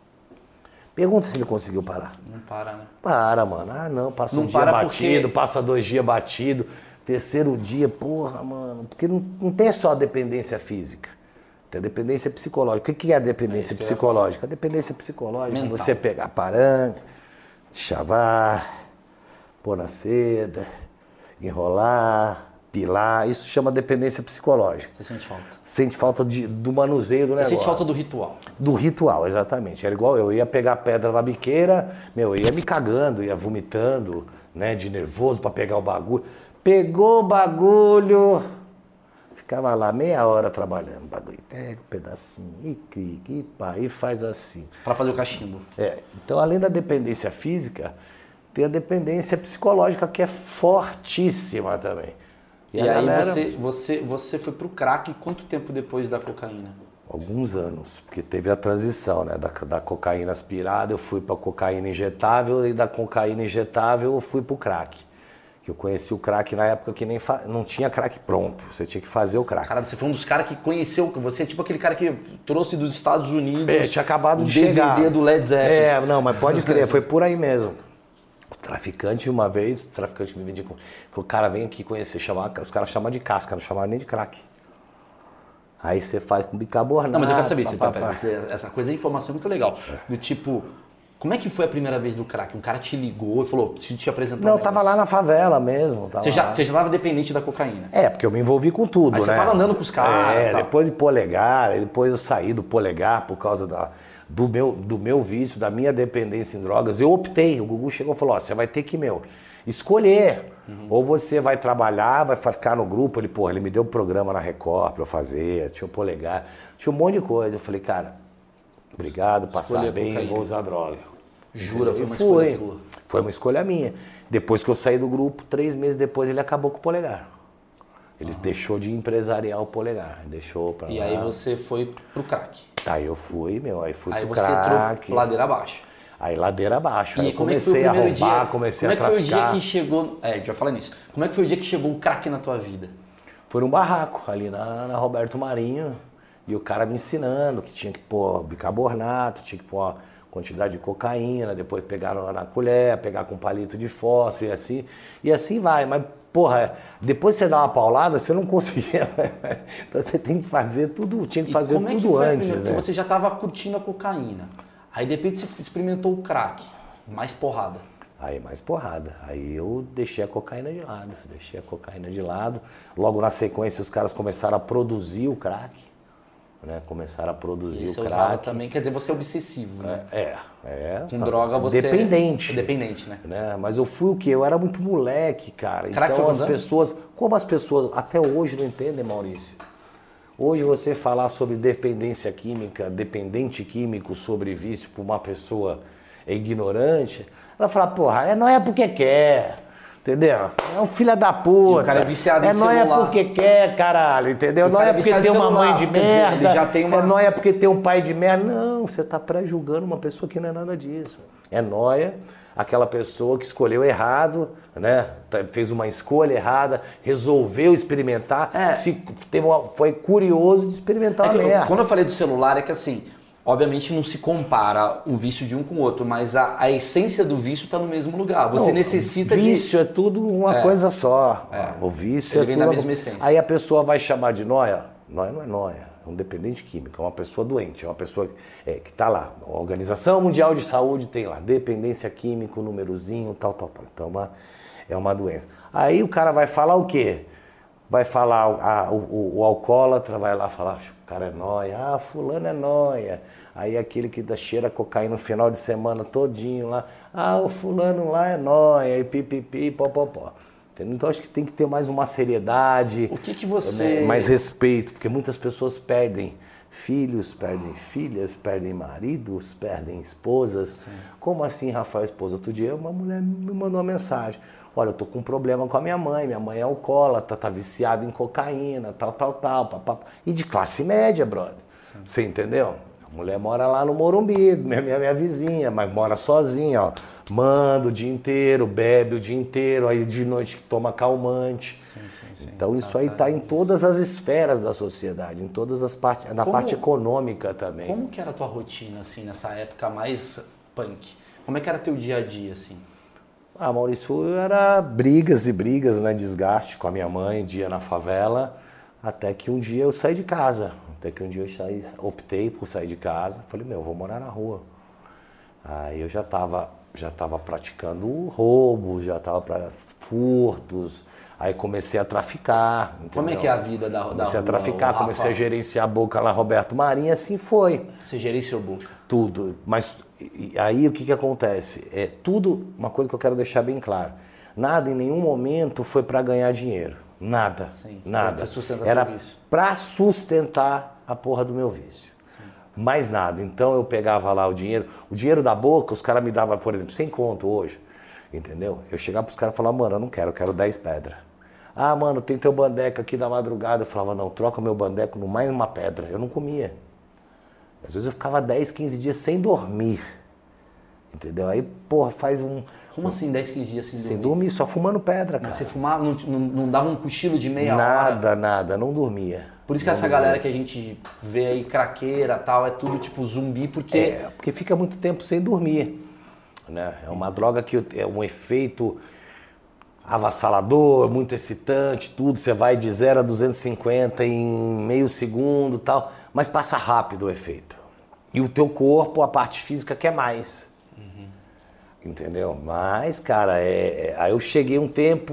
Pergunta se ele conseguiu parar. Não para, né? Para, mano. Ah, não, passa não um dia batido, porque... passa 2 dias batido, terceiro dia, porra, mano. Porque não tem só a dependência física. Tem a dependência psicológica. O que é a dependência psicológica? A dependência psicológica é você pegar paranga, chavar, pôr na seda, enrolar, pilar. Isso chama dependência psicológica. Você sente falta? Sente falta do manuseio do negócio. Você sente falta do ritual? Do ritual, exatamente. Era igual eu ia pegar pedra na biqueira, eu ia me cagando, ia vomitando, né, de nervoso pra pegar o bagulho. Pegou o bagulho, ficava lá meia hora trabalhando. Bagulho, pega um pedacinho, e clica, e pá, e faz assim. Pra fazer o cachimbo. Então, além da dependência física, tem a dependência psicológica, que é fortíssima também. E aí galera... você foi pro crack quanto tempo depois da cocaína? Alguns anos, porque teve a transição, né? Da cocaína aspirada eu fui pra cocaína injetável e da cocaína injetável eu fui pro crack. Que eu conheci o crack na época que não tinha crack pronto, você tinha que fazer o crack. Cara, você foi um dos caras que conheceu, você é tipo aquele cara que trouxe dos Estados Unidos tinha acabado de DVD chegar. do Led Zeppelin. Não, mas pode crer, foi por aí mesmo. O traficante, uma vez, me vendia com... Falou, cara, vem aqui conhecer. Os caras chamavam de casca, não chamavam nem de crack. Aí você faz com bicarbonato. Não, mas eu quero saber, essa coisa é informação muito legal. Do tipo, como é que foi a primeira vez do crack? Um cara te ligou e falou, preciso te apresentar Não, eu tava lá na favela mesmo. Você já tava dependente da cocaína? Porque eu me envolvi com tudo, aí né? Você tava andando com os caras. Depois de polegar, depois eu saí do polegar por causa do meu vício, da minha dependência em drogas. Eu optei, o Gugu chegou e falou, você vai ter que, escolher. Ou você vai trabalhar, vai ficar no grupo. Ele me deu um programa na Record pra eu fazer, tinha o polegar, tinha um monte de coisa. Eu falei, cara, obrigado, passar bem, vou usar droga. Jura, foi uma escolha tua? Foi uma escolha minha. Depois que eu saí do grupo, 3 meses depois ele acabou com o polegar. Ele deixou de empresariar o Polegar, deixou pra E lá. aí você foi pro crack. Aí eu fui, aí fui Aí pro você crack. entrou ladeira abaixo. Aí ladeira abaixo. E Aí eu como é que foi o comecei a primeiro roubar, dia? comecei Como a é que foi o traficar. dia que chegou... a gente vai falar nisso. Como é que foi o dia que chegou o crack na tua vida? Foi num barraco, ali na Roberto Marinho, e o cara me ensinando que tinha que pôr bicarbonato, tinha que pôr uma quantidade de cocaína, depois pegar na colher, pegar com palito de fósforo e assim vai. Mas, porra, depois você dá uma paulada, você não conseguia. Então você tem que fazer tudo, tinha que fazer tudo antes, né? Porque você já estava curtindo a cocaína. Aí, de repente, você experimentou o crack. Mais porrada. Aí mais porrada. Aí eu deixei a cocaína de lado. Logo na sequência os caras começaram a produzir o crack, né? Começaram a produzir Você o usava crack. também, quer dizer, você é obsessivo, né? Com Tá. droga você Dependente. é dependente, né? Mas eu fui o quê? Eu era muito moleque, cara. Crack Então foi as quantos pessoas, como as pessoas até hoje não entendem, Maurício. Hoje você falar sobre dependência química, dependente químico sobre vício para uma pessoa ignorante, ela fala, porra, não é porque quer, entendeu? É um filho da puta. E o cara é viciado em não é celular. porque quer, caralho, entendeu? O Não cara é é porque viciado tem em uma celular, mãe de quer dizer, merda, ele já tem uma- não é porque tem um pai de merda. Não, você tá pré-julgando uma pessoa que não é nada disso. É nóia, aquela pessoa que escolheu errado, né? Fez uma escolha errada, resolveu experimentar, foi curioso de experimentar uma merda. Quando eu falei do celular, é que assim, obviamente não se compara o vício de um com o outro, mas a essência do vício está no mesmo lugar. Você Não, necessita de... vício é tudo uma coisa só. O vício Ele é vem tudo da mesma essência. Aí a pessoa vai chamar de nóia. Nóia não é nóia. É um dependente químico, é uma pessoa doente, é uma pessoa que está lá. A Organização Mundial de Saúde tem lá, dependência química, númerozinho, tal. Então é uma doença. Aí o cara vai falar o quê? Vai falar, o alcoólatra vai lá falar, o cara é nóia, fulano é nóia. Aí aquele que cheira cocaína no final de semana todinho lá, o fulano lá é nóia, e pipipi, popopó. Então acho que tem que ter mais uma seriedade, O que você... mais respeito, porque muitas pessoas perdem filhos, perdem filhas, perdem maridos, perdem esposas. Sim. Como assim, Rafael, esposa? Outro dia uma mulher me mandou uma mensagem. Olha, eu tô com um problema com a minha mãe é alcoólatra, tá viciada em cocaína, tal, papapá. E de classe média, brother. Sim. Você entendeu? A mulher mora lá no Morumbi, minha vizinha, mas mora sozinha, ó. Manda o dia inteiro, bebe o dia inteiro, aí de noite toma calmante. Sim. Então isso aí tá em todas as esferas da sociedade, em todas as partes, na parte econômica também. Como que era a tua rotina, assim, nessa época mais punk? Como é que era teu dia a dia, assim? Maurício, era brigas e brigas, né? Desgaste com a minha mãe, dia na favela, até que um dia eu saí de casa. Optei por sair de casa, falei, eu vou morar na rua. Aí eu já estava praticando roubo, já estava para furtos, aí comecei a traficar. Entendeu? Como é que é a vida da rua? Comecei a traficar, comecei a gerenciar a boca lá, Roberto Marinho, e assim foi. Você gerenciou boca? Tudo, mas aí o que acontece? É tudo, uma coisa que eu quero deixar bem claro, nada em nenhum momento foi para ganhar dinheiro. Nada, Sim, nada. Era para sustentar a porra do meu vício. Sim. Mais nada. Então eu pegava lá o dinheiro da boca, os caras me davam, por exemplo, 100 conto hoje, entendeu? Eu chegava pros caras e falava, mano, eu quero 10 pedras. Mano, tem teu bandeco aqui da madrugada. Eu falava, não, troca meu bandeco no mais uma pedra. Eu não comia. Às vezes eu ficava 10, 15 dias sem dormir, entendeu? Aí, porra, faz um... Como assim 10, 15 dias sem dormir? Sem dormir, só fumando pedra, cara. Mas você fumava, não dava um cochilo de meia hora? Nada, não dormia. Por isso que essa galera que a gente vê aí, craqueira e tal, é tudo tipo zumbi, porque... Porque fica muito tempo sem dormir, né? É uma droga que é um efeito avassalador, muito excitante, tudo. Você vai de 0 a 250 em meio segundo e tal, mas passa rápido o efeito. E o teu corpo, a parte física, quer mais. Entendeu? Mas, cara, aí eu cheguei um tempo,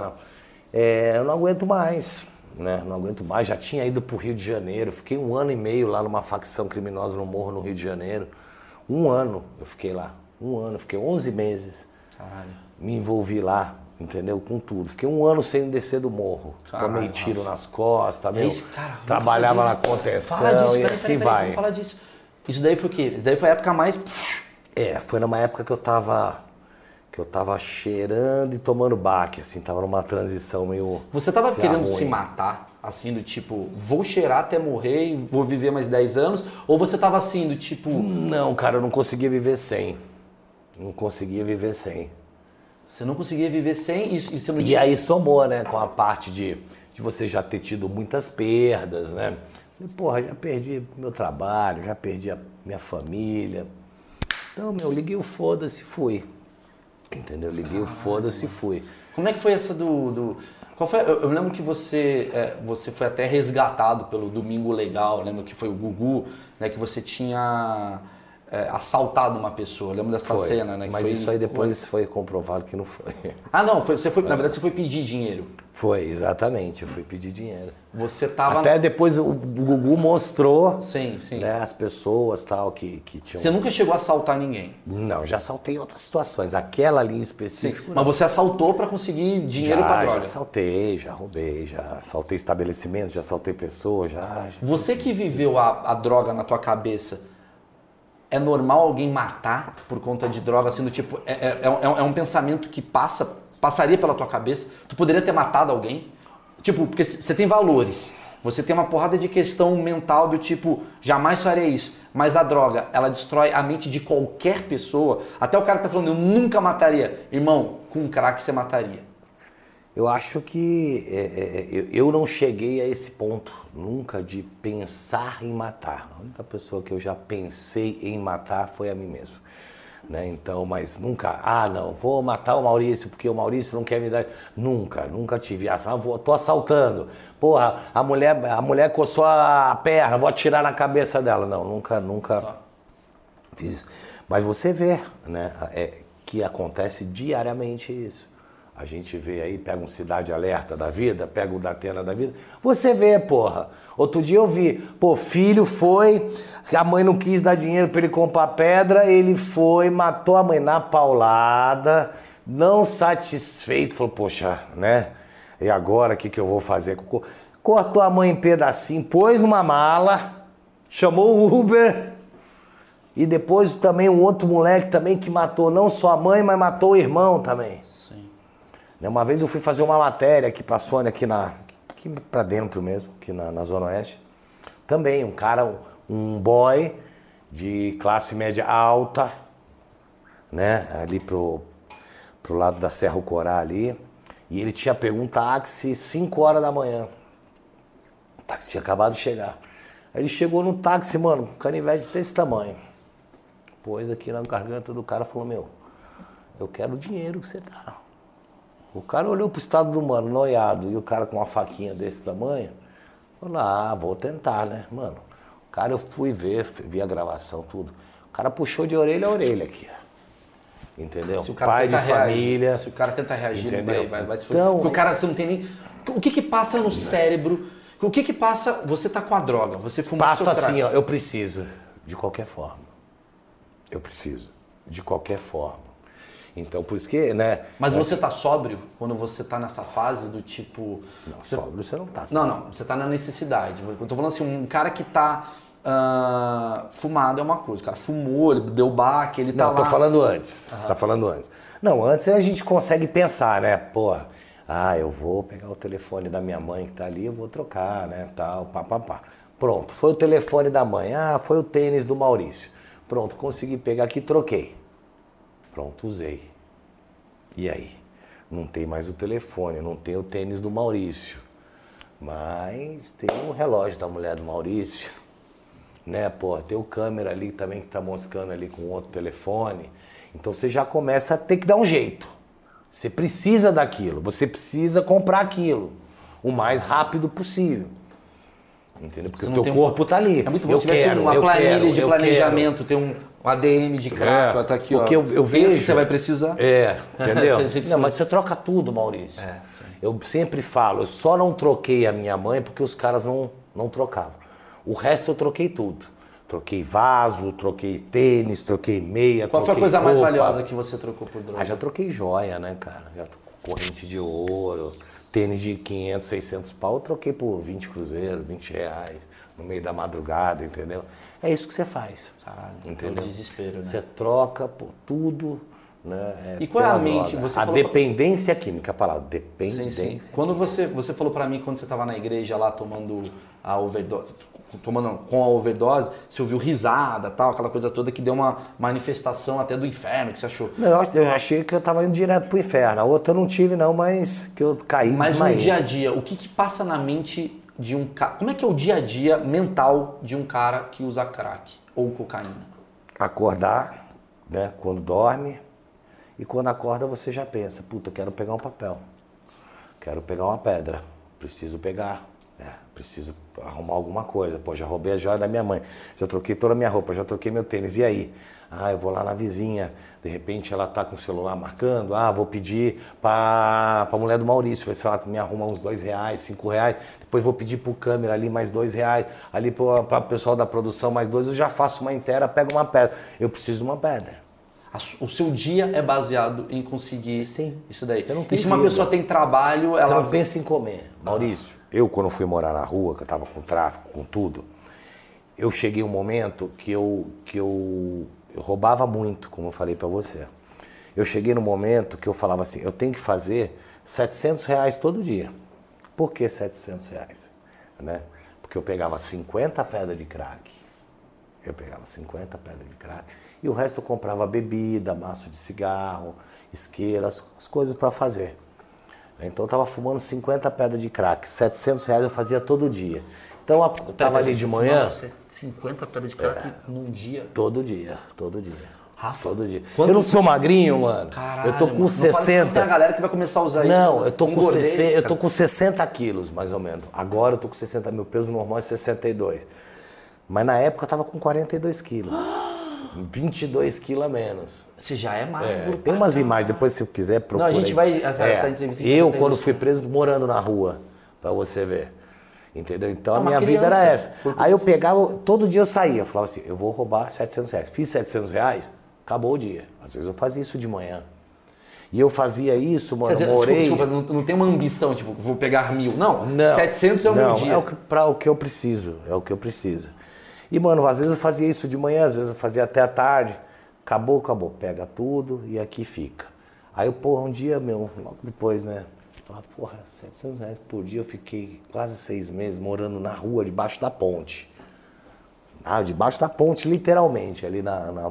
eu não aguento mais, né? Não aguento mais, já tinha ido pro Rio de Janeiro, fiquei 1 ano e meio lá numa facção criminosa no Morro, no Rio de Janeiro. 1 ano eu fiquei lá, 1 ano, fiquei 11 meses. Caralho. Me envolvi lá, entendeu? Com tudo. Fiquei 1 ano sem descer do morro. Caralho, tomei tiro nas costas, cara, trabalhava na contenção e assim vai. Vamos falar disso. Isso daí foi o quê? Isso daí foi a época mais... Foi numa época que eu tava que eu tava cheirando e tomando baque, assim, tava numa transição meio... Você tava querendo ruim. se matar, assim, do tipo, vou cheirar até morrer e vou viver mais 10 anos? Ou você tava assim, do tipo... Não, cara, eu não conseguia viver sem. Não conseguia viver sem. Você não conseguia viver sem e você não E tinha... aí somou, né, com a parte de você já ter tido muitas perdas, né? Falei, porra, já perdi meu trabalho, já perdi a minha família. Então, liguei o foda-se e fui. Entendeu? Liguei o foda-se e fui. Como é que foi essa Qual foi? Eu lembro que você foi até resgatado pelo Domingo Legal, eu lembro que foi o Gugu, né, que você tinha assaltado uma pessoa, eu lembro dessa cena, né? Que Mas isso aí depois foi comprovado que não foi. Ah, não, na verdade você foi pedir dinheiro. Foi, exatamente, eu fui pedir dinheiro. Você tava... Até depois o Gugu mostrou, Sim. né, as pessoas tal que tinham... Você nunca chegou a assaltar ninguém? Não, já assaltei em outras situações, aquela ali em específico. Sim. Mas você assaltou para conseguir dinheiro para droga? Já assaltei, já roubei, já assaltei estabelecimentos, já assaltei pessoas, já... Você que viveu a droga na tua cabeça, é normal alguém matar por conta de droga, assim, do tipo, é um pensamento que passaria pela tua cabeça? Tu poderia ter matado alguém? Tipo, porque você tem valores, você tem uma porrada de questão mental do tipo, jamais faria isso. Mas a droga, ela destrói a mente de qualquer pessoa. Até o cara que tá falando, eu nunca mataria. Irmão, com crack você mataria. Eu acho que eu não cheguei a esse ponto nunca de pensar em matar. A única pessoa que eu já pensei em matar foi a mim mesmo. Né? Então, mas nunca, não, vou matar o Maurício porque o Maurício não quer me dar... Nunca tive tô assaltando. Porra, a mulher coçou a perna, vou atirar na cabeça dela. Não, nunca fiz isso. Mas você vê, né, que acontece diariamente isso. A gente vê aí, pega um Cidade Alerta da vida, pega o Datena da vida. Você vê, porra. Outro dia eu vi, filho foi, a mãe não quis dar dinheiro pra ele comprar pedra, ele foi, matou a mãe na paulada, não satisfeito, falou, poxa, né? E agora, o que eu vou fazer? Cortou a mãe em pedacinho, pôs numa mala, chamou o Uber. E depois também um outro moleque também que matou não só a mãe, mas matou o irmão também. Sim. Uma vez eu fui fazer uma matéria aqui pra Sônia, aqui pra dentro mesmo, aqui na Zona Oeste. Também um cara, um boy de classe média alta, né? Ali pro lado da Serra Corá ali. E ele tinha pego um táxi 5 horas da manhã. O táxi tinha acabado de chegar. Aí ele chegou no táxi, mano, com um canivete desse tamanho. Pôs aqui na garganta do cara e falou, eu quero o dinheiro que você dá. O cara olhou pro estado do mano, noiado, e o cara com uma faquinha desse tamanho, falou, vou tentar, né? Mano, o cara eu fui ver, vi a gravação, tudo. O cara puxou de orelha a orelha aqui, entendeu? Se o cara pai de família. Se o cara tenta reagir, entendeu? vai se Então, porque o cara, você não tem nem... O que passa no cérebro? O que passa... Você tá com a droga, você fuma passa seu crack. assim, ó, eu preciso, de qualquer forma. Eu preciso, de qualquer forma. Então, por isso que, né... Mas você tá sóbrio quando você tá nessa fase do tipo... Não, sóbrio você não tá. Não, você tá na necessidade. Eu tô falando assim, um cara que tá fumado é uma coisa. O cara fumou, ele deu baque, ele tá lá... Não, tô falando antes. Você tá falando antes. Não, antes a gente consegue pensar, né? Porra, eu vou pegar o telefone da minha mãe que tá ali, eu vou trocar, né? Tal, pá. Pronto, foi o telefone da mãe. Foi o tênis do Maurício. Pronto, consegui pegar aqui, troquei. Pronto, usei. E aí? Não tem mais o telefone, não tem o tênis do Maurício. Mas tem o relógio da mulher do Maurício. Né, tem o câmera ali também que tá moscando ali com outro telefone. Então você já começa a ter que dar um jeito. Você precisa daquilo, você precisa comprar aquilo o mais rápido possível. Entendeu? Porque o teu corpo tá ali. É muito bom se tivesse uma planilha de planejamento, ter um ADM de crack, tá aqui, porque ó. eu vejo... Esse você vai precisar. Entendeu? Não, mas você troca tudo, Maurício. Eu sempre falo, eu só não troquei a minha mãe porque os caras não trocavam. O resto eu troquei tudo. Troquei vaso, troquei tênis, troquei meia, Qual foi a coisa mais valiosa que você trocou por droga? Já troquei joia, né, cara? Já corrente de ouro, tênis de 500, 600 pau, eu troquei por 20 cruzeiros, 20 reais, no meio da madrugada, entendeu? É isso que você faz. Caralho, entendeu? É um desespero, né? Você troca por tudo, né? E qual é a pela mente? droga. Você A falou dependência química, a palavra, Sim, dependência. sim. Quando você falou pra mim, quando você tava na igreja lá tomando a overdose, tomando com a overdose, você ouviu risada, tal, aquela coisa toda que deu uma manifestação até do inferno, que você achou. Não, eu achei que eu tava indo direto pro inferno. A outra eu não tive não, mas que eu caí, Mas desmaiei. no dia a dia, o que passa na mente de um cara? Como é que é o dia a dia mental de um cara que usa crack ou cocaína? Acordar, né, quando dorme, e quando acorda você já pensa, puta, eu quero pegar um papel, quero pegar uma pedra, preciso pegar, preciso arrumar alguma coisa, pô, já roubei a joia da minha mãe, já troquei toda a minha roupa, já troquei meu tênis, e aí? Ah, eu vou lá na vizinha, de repente ela tá com o celular marcando, vou pedir pra mulher do Maurício, ver se ela me arruma uns R$2, R$5, depois vou pedir pro câmera ali mais R$2, ali pra pessoal da produção mais R$2, eu já faço uma inteira, pego uma pedra. Eu preciso de uma pedra. O seu dia é baseado em conseguir Sim. isso daí. Você não tem E se uma vida. pessoa tem trabalho, Você ela... não pensa em comer. Maurício, eu quando fui morar na rua, que eu tava com tráfico, com tudo, eu cheguei um momento que eu roubava muito, como eu falei pra você. Eu cheguei no momento que eu falava assim, eu tenho que fazer R$700 todo dia. Por que R$700? Né? Porque eu pegava 50 pedras de crack. E o resto eu comprava bebida, maço de cigarro, isqueiro, as coisas pra fazer. Então eu tava fumando 50 pedras de crack, R$700 eu fazia todo dia. Então eu tava ali de manhã... 50 pedras de crack num dia? Todo dia. Rafa, Todo dia. Eu não sou magrinho, mano. Caralho, eu tô com mano. 60. Tem a galera que vai começar a usar isso. Não, eu tô com engordei, 60, eu cara. tô com 60 quilos, mais ou menos. Agora eu tô com 60 mil, peso normal é 62. Mas na época eu tava com 42 quilos. 22 quilos a menos. Você já é magro. Tem umas imagens, depois se você quiser procura. Não, a gente aí. vai... Essa entrevista... Eu, quando fui preso, morando na rua, pra você ver. Entendeu? Então a Uma minha vida era criança. essa. Aí eu pegava, todo dia eu saía, eu falava assim, eu vou roubar R$700. Fiz R$700, acabou o dia. Às vezes eu fazia isso de manhã. E eu fazia isso, mano, Quer dizer, eu morei... desculpa, não tem uma ambição, tipo, vou pegar 1000. Não, 700 é o meu dia. Para o que eu preciso, é o que eu preciso. E, mano, às vezes eu fazia isso de manhã, às vezes eu fazia até a tarde. Acabou, pega tudo e aqui fica. Aí, porra, um dia, logo depois, né? Falei, porra, R$700 por dia, eu fiquei quase 6 meses morando na rua, debaixo da ponte. Debaixo da ponte, literalmente, ali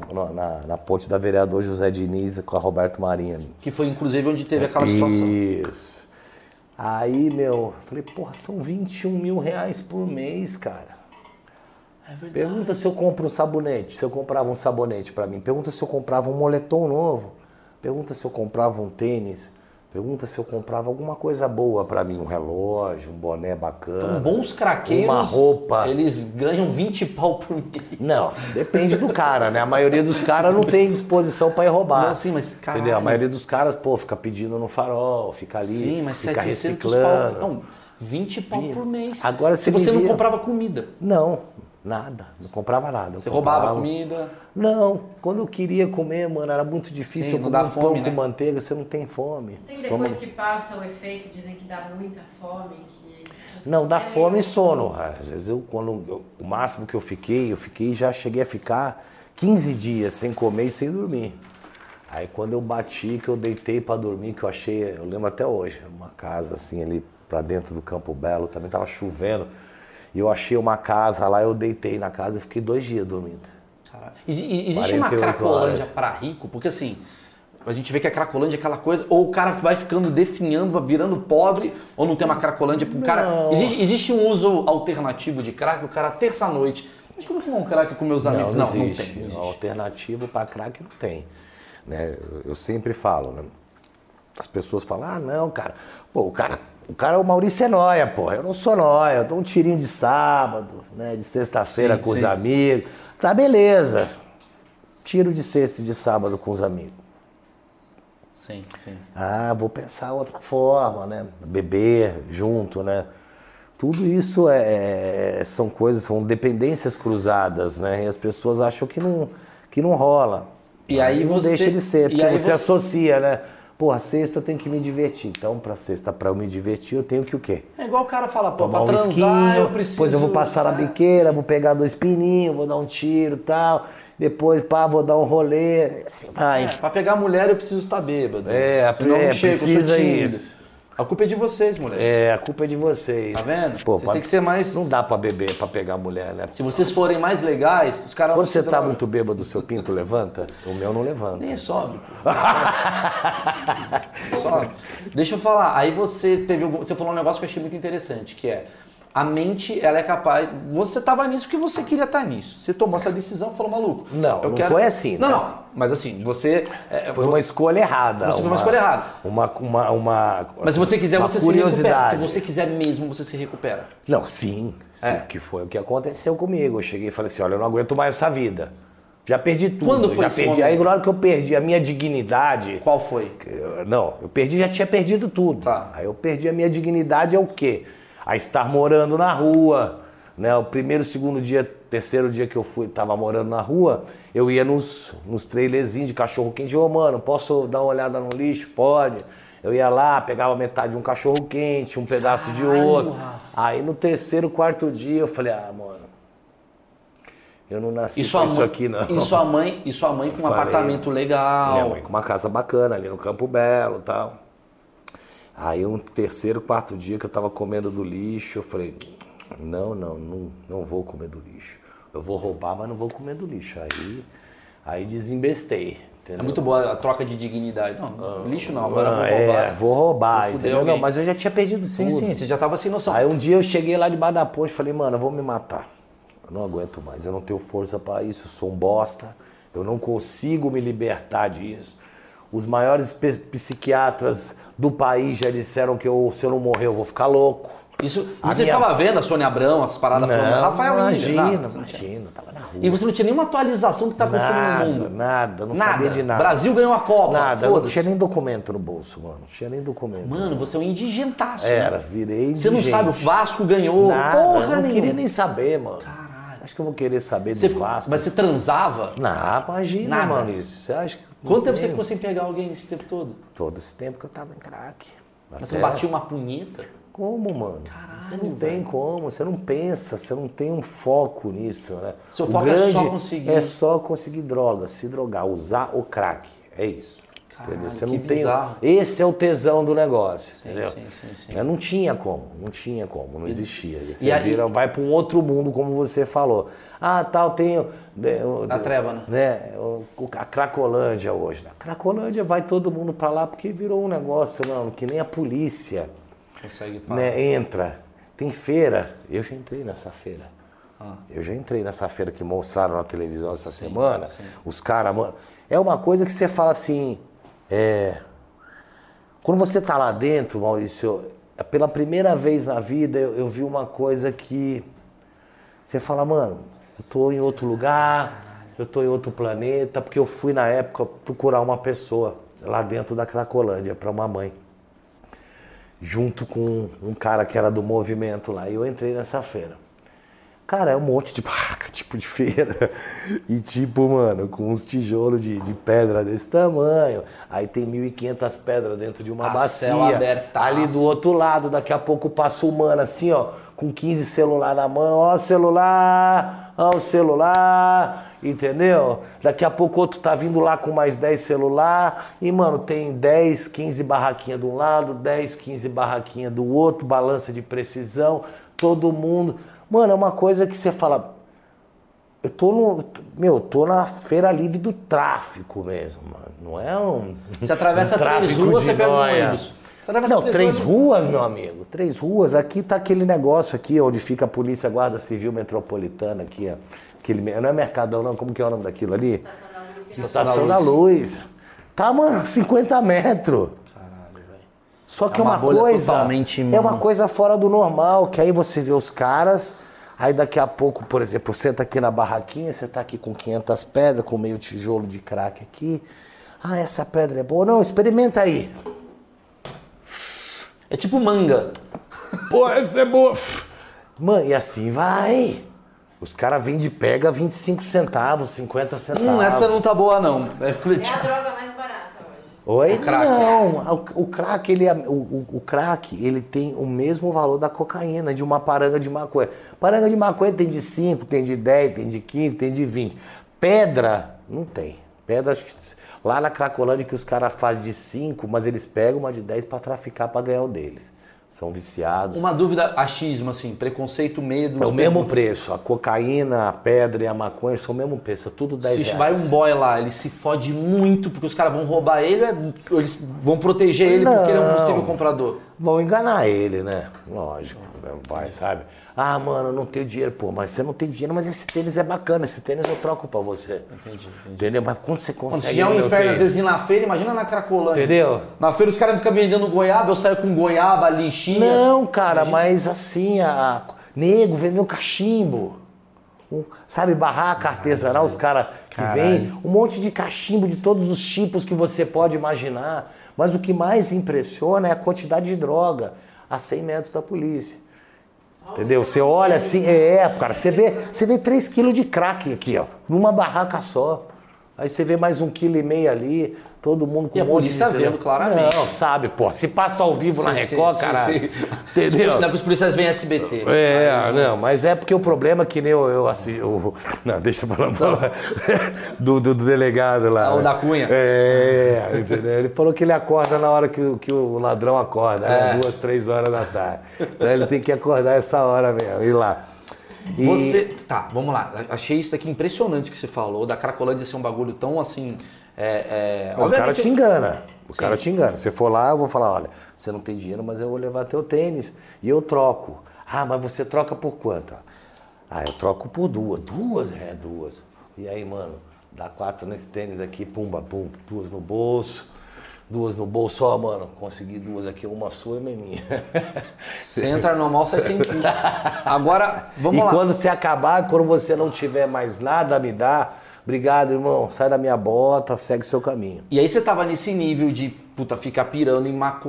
na ponte da vereador José Diniz com a Roberto Marinho. Que foi, inclusive, onde teve aquela situação. Isso. Aí, eu falei, porra, são R$21 mil por mês, cara. É verdade. Pergunta se eu compro um sabonete, se eu comprava um sabonete pra mim. Pergunta se eu comprava um moletom novo. Pergunta se eu comprava um tênis. Pergunta se eu comprava alguma coisa boa pra mim. Um relógio, um boné bacana. Então, bons craqueiros, uma roupa. Eles ganham 20 pau por mês. Não, depende do cara, né? A maioria dos caras não tem disposição pra ir roubar. Não, sim, mas caralho. Entendeu? A maioria dos caras, fica pedindo no farol, fica ali, Sim, mas fica 700 reciclando. pau. Não, 20 pau por mês. Agora se você você não via- comprava comida. Não, nada. Não comprava nada. Você roubava comida. Não, quando eu queria comer, mano, era muito difícil. Sim, eu não comer dá um fome, pão né? com manteiga, você não tem fome. Tem Estômago- depois que passa o efeito, dizem que dá muita fome. Não, dá É fome e meio- sono. Às vezes o máximo que eu fiquei, já cheguei a ficar 15 dias sem comer e sem dormir. Aí quando eu bati, que eu deitei pra dormir, que eu achei, eu lembro até hoje, uma casa assim ali pra dentro do Campo Belo, também tava chovendo. E eu achei uma casa lá, eu deitei na casa e fiquei 2 dias dormindo. Caralho. Existe uma 48 cracolândia horas. pra rico? Porque assim, a gente vê que a cracolândia é aquela coisa, ou o cara vai ficando definhando, vai virando pobre, ou não tem uma cracolândia pro cara. Não. Existe um uso alternativo de crack, o cara terça-noite. Acho que eu vou fumar um crack com meus amigos. Não Não existe. tem. Alternativo para crack não tem. Né? Eu sempre falo, né? As pessoas falam, não, cara. Pô, o Maurício é nóia, pô. Eu não sou nóia, eu dou um tirinho de sábado, né? De sexta-feira Sim, com os sim. amigos. Tá, beleza. Tiro de sexta e de sábado com os amigos. Sim. Vou pensar outra forma, né? Beber junto, né? Tudo isso são coisas, são dependências cruzadas, né? E as pessoas acham que não rola. E aí não você- deixa de ser, e porque aí você você- associa, né? Porra, sexta eu tenho que me divertir. Então, pra eu me divertir, eu tenho que o quê? É igual o cara fala, pô, Tomar pra um transar esquinho, eu preciso... depois eu vou passar na biqueira, vou pegar 2 pininhos, vou dar um tiro e tal. depois, pá, vou dar um rolê, assim vai. Pra pegar mulher eu preciso estar bêbado. É, senão eu não chego, eu sou precisa tímido. isso. A culpa é de vocês, mulheres. É, a culpa é de vocês. Tá vendo? Pô, Vocês têm que ser mais... Não dá pra beber, pra pegar mulher, né? Se vocês forem mais legais, os caras... Quando você tá muito bêbado, o seu pinto levanta? O meu não levanta. Nem sobe, pô. Sobe. Deixa eu falar, aí você falou um negócio que eu achei muito interessante, que é a mente, ela é capaz... Você tava nisso porque você queria estar nisso. Você tomou essa decisão e falou, maluco... Não, não foi assim. Não, né? não, mas assim, você... Foi uma escolha errada. Você foi uma escolha errada. Mas se você quiser, você se recupera. Se você quiser mesmo, você se recupera. Não, sim. Que foi o que aconteceu comigo. Eu cheguei e falei assim, olha, eu não aguento mais essa vida. Já perdi tudo. Quando foi já esse perdi. momento? Aí na hora que eu perdi a minha dignidade... Qual foi? Eu perdi, já tinha perdido tudo. Tá. Aí eu perdi a minha dignidade, é o quê? A estar morando na rua, né? O primeiro, segundo dia, terceiro dia que eu tava morando na rua, eu ia nos trailerzinhos de cachorro quente. Ô, mano, posso dar uma olhada no lixo? Pode. Eu ia lá, pegava metade de um cachorro quente, um pedaço de outro. Rafa. Aí no terceiro, quarto dia, eu falei, mano, eu não nasci sua com isso mãe, aqui, não. E sua mãe com um apartamento legal. Minha mãe com uma casa bacana ali no Campo Belo e tal. Aí um terceiro, quarto dia que eu tava comendo do lixo, eu falei, não vou comer do lixo. Eu vou roubar, mas não vou comer do lixo. Aí desembestei, entendeu? É muito boa a troca de dignidade. Não, lixo não, agora eu vou roubar. Vou roubar, entendeu? Não, mas eu já tinha perdido tudo. Sim, você já tava sem noção. Aí um dia eu cheguei lá debaixo da ponte e falei, mano, eu vou me matar. Eu não aguento mais, eu não tenho força pra isso, eu sou um bosta. Eu não consigo me libertar disso. Os maiores psiquiatras do país já disseram que se eu não morrer eu vou ficar louco. Isso, e você ficava vendo a Sônia Abrão, essas paradas falando, Rafael imagina, tava na rua. E você não tinha nenhuma atualização do que tá acontecendo no mundo? Nada, não sabia de nada. Brasil ganhou a Copa, nada, não tinha nem documento no bolso, mano. Não tinha nem documento. Mano, você é um indigentaço, Era, né? virei indigente. Você não sabe, o Vasco ganhou, nada, porra eu não nenhuma. queria nem saber, mano. Caralho. Acho que eu vou querer saber do Vasco. Mas você transava? Não, imagina, Nada. mano, isso. Você acha que... Quanto tempo você ficou sem pegar alguém nesse tempo todo? Todo esse tempo que eu tava em crack. Mas você não batia uma punheta? Como, mano? Caralho, você não tem como, você não pensa, você não tem um foco nisso, né? Seu foco é só conseguir. É só conseguir droga, se drogar, usar o crack. É isso. Caralho, entendeu? Você que não tem. bizarro. Esse é o tesão do negócio. Sim, entendeu? sim. Não tinha como, não existia. Você e aí, vai para um outro mundo, como você falou. Tenho. A treva, né? A Cracolândia hoje. A Cracolândia vai todo mundo para lá porque virou um negócio, mano, que nem a polícia. Consegue parar. Né, entra. Tem feira. Eu já entrei nessa feira. Eu já entrei nessa feira que mostraram na televisão essa semana. Sim. Os caras, mano. É uma coisa que você fala assim. Quando você tá lá dentro, Maurício, pela primeira vez na vida eu vi uma coisa que você fala, mano, eu tô em outro lugar, eu tô em outro planeta, porque eu fui na época procurar uma pessoa lá dentro da Cracolândia para uma mãe. Junto com um cara que era do movimento lá. E eu entrei nessa feira. Cara, é um monte de barraca, tipo de feira. E tipo, mano, com uns tijolos de pedra desse tamanho. Aí tem 1.500 pedras dentro de uma bacia. Céu abertaço. Ali do outro lado, daqui a pouco passa o mano assim, ó, com 15 celular na mão. Ó o celular, entendeu? Daqui a pouco outro tá vindo lá com mais 10 celular. E, mano, tem 10, 15 barraquinhas de um lado, 10, 15 barraquinhas do outro, balança de precisão, todo mundo... Mano, é uma coisa que você fala, eu tô na feira livre do tráfico mesmo, mano. Não é um Você atravessa 3 ruas, você pega um ônibus. Não, 3 ruas, meu amigo. 3 ruas. Aqui tá aquele negócio aqui, onde fica a Polícia Guarda Civil Metropolitana aqui, ó. Não é Mercadão, não. Como que é o nome daquilo ali? Estação da Luz. Tá, mano, 50 metros. Só que é uma coisa, totalmente... é uma coisa fora do normal, que aí você vê os caras, aí daqui a pouco, por exemplo, você tá aqui na barraquinha, você tá aqui com 500 pedras, com meio tijolo de crack aqui. Essa pedra é boa. Não, experimenta aí. É tipo manga. Pô, essa é boa. Mano, e assim vai. Os caras pega 25 centavos, 50 centavos. Essa não tá boa, não. É a droga mais barata hoje. Oi? O crack. Não, o crack, o crack, ele tem o mesmo valor da cocaína, de uma paranga de maconha. Paranga de maconha tem de 5, tem de 10, tem de 15, tem de 20. Pedra, não tem. Pedra, acho que lá na Cracolândia que os caras fazem de 5, mas eles pegam uma de 10 pra traficar, pra ganhar o deles. São viciados. Uma dúvida, achismo, assim, preconceito, medo... É o mesmo preço. A cocaína, a pedra e a maconha são o mesmo preço. É tudo 10 Se reais. vai um boy lá, ele se fode muito porque os caras vão roubar ele, eles vão proteger ele porque ele é um possível comprador. Vão enganar ele, né? Lógico. Vai, sabe? Ah, mano, eu não tenho dinheiro. Pô, mas você não tem dinheiro, mas esse tênis é bacana. Esse tênis eu troco pra você. Entendi. Entendeu? Mas quando você consegue... Quando tiver um inferno, às vezes, ir na feira, imagina na Cracolândia. Entendeu? Na feira os caras ficam vendendo goiaba, eu saio com goiaba, lixinha. Não, cara, mas assim, nego vendendo cachimbo. Sabe, barraca artesanal, os caras que vêm. Um monte de cachimbo de todos os tipos que você pode imaginar. Mas o que mais impressiona é a quantidade de droga a 100 metros da polícia. Entendeu? Você olha assim, cara, você vê 3 quilos de crack aqui, ó, numa barraca só. Aí você vê mais 1,5 kg ali, todo mundo com e um monte de... E a polícia vendo claramente. Não, sabe, pô, se passa ao vivo na Record, caralho. Entendeu? Não é que os policiais vêm SBT. Não, mas é porque o problema é que nem eu assisti... Não, deixa eu falar do delegado lá. O da Cunha. Entendeu? Ele falou que ele acorda na hora que o ladrão acorda, né? 2, 3 horas da tarde. Então ele tem que acordar essa hora mesmo, ir lá. Tá, vamos lá. Achei isso daqui impressionante que você falou, da Cracolândia ser um bagulho tão assim... Mas o cara te engana. O cara te engana. Se for lá, eu vou falar, olha, você não tem dinheiro, mas eu vou levar teu tênis e eu troco. Ah, mas você troca por quanto? Ah, eu troco por 2. 2? 2. E aí, mano, dá 4 nesse tênis aqui, pumba, pum, 2 no bolso. 2 no bolso, ó, mano, consegui 2 aqui, uma sua e uma minha. Você entra normal, sai sem tudo. Agora, vamos lá. E quando você acabar, quando você não tiver mais nada a me dar, obrigado, irmão, sai da minha bota, segue seu caminho. E aí você tava nesse nível de, ficar pirando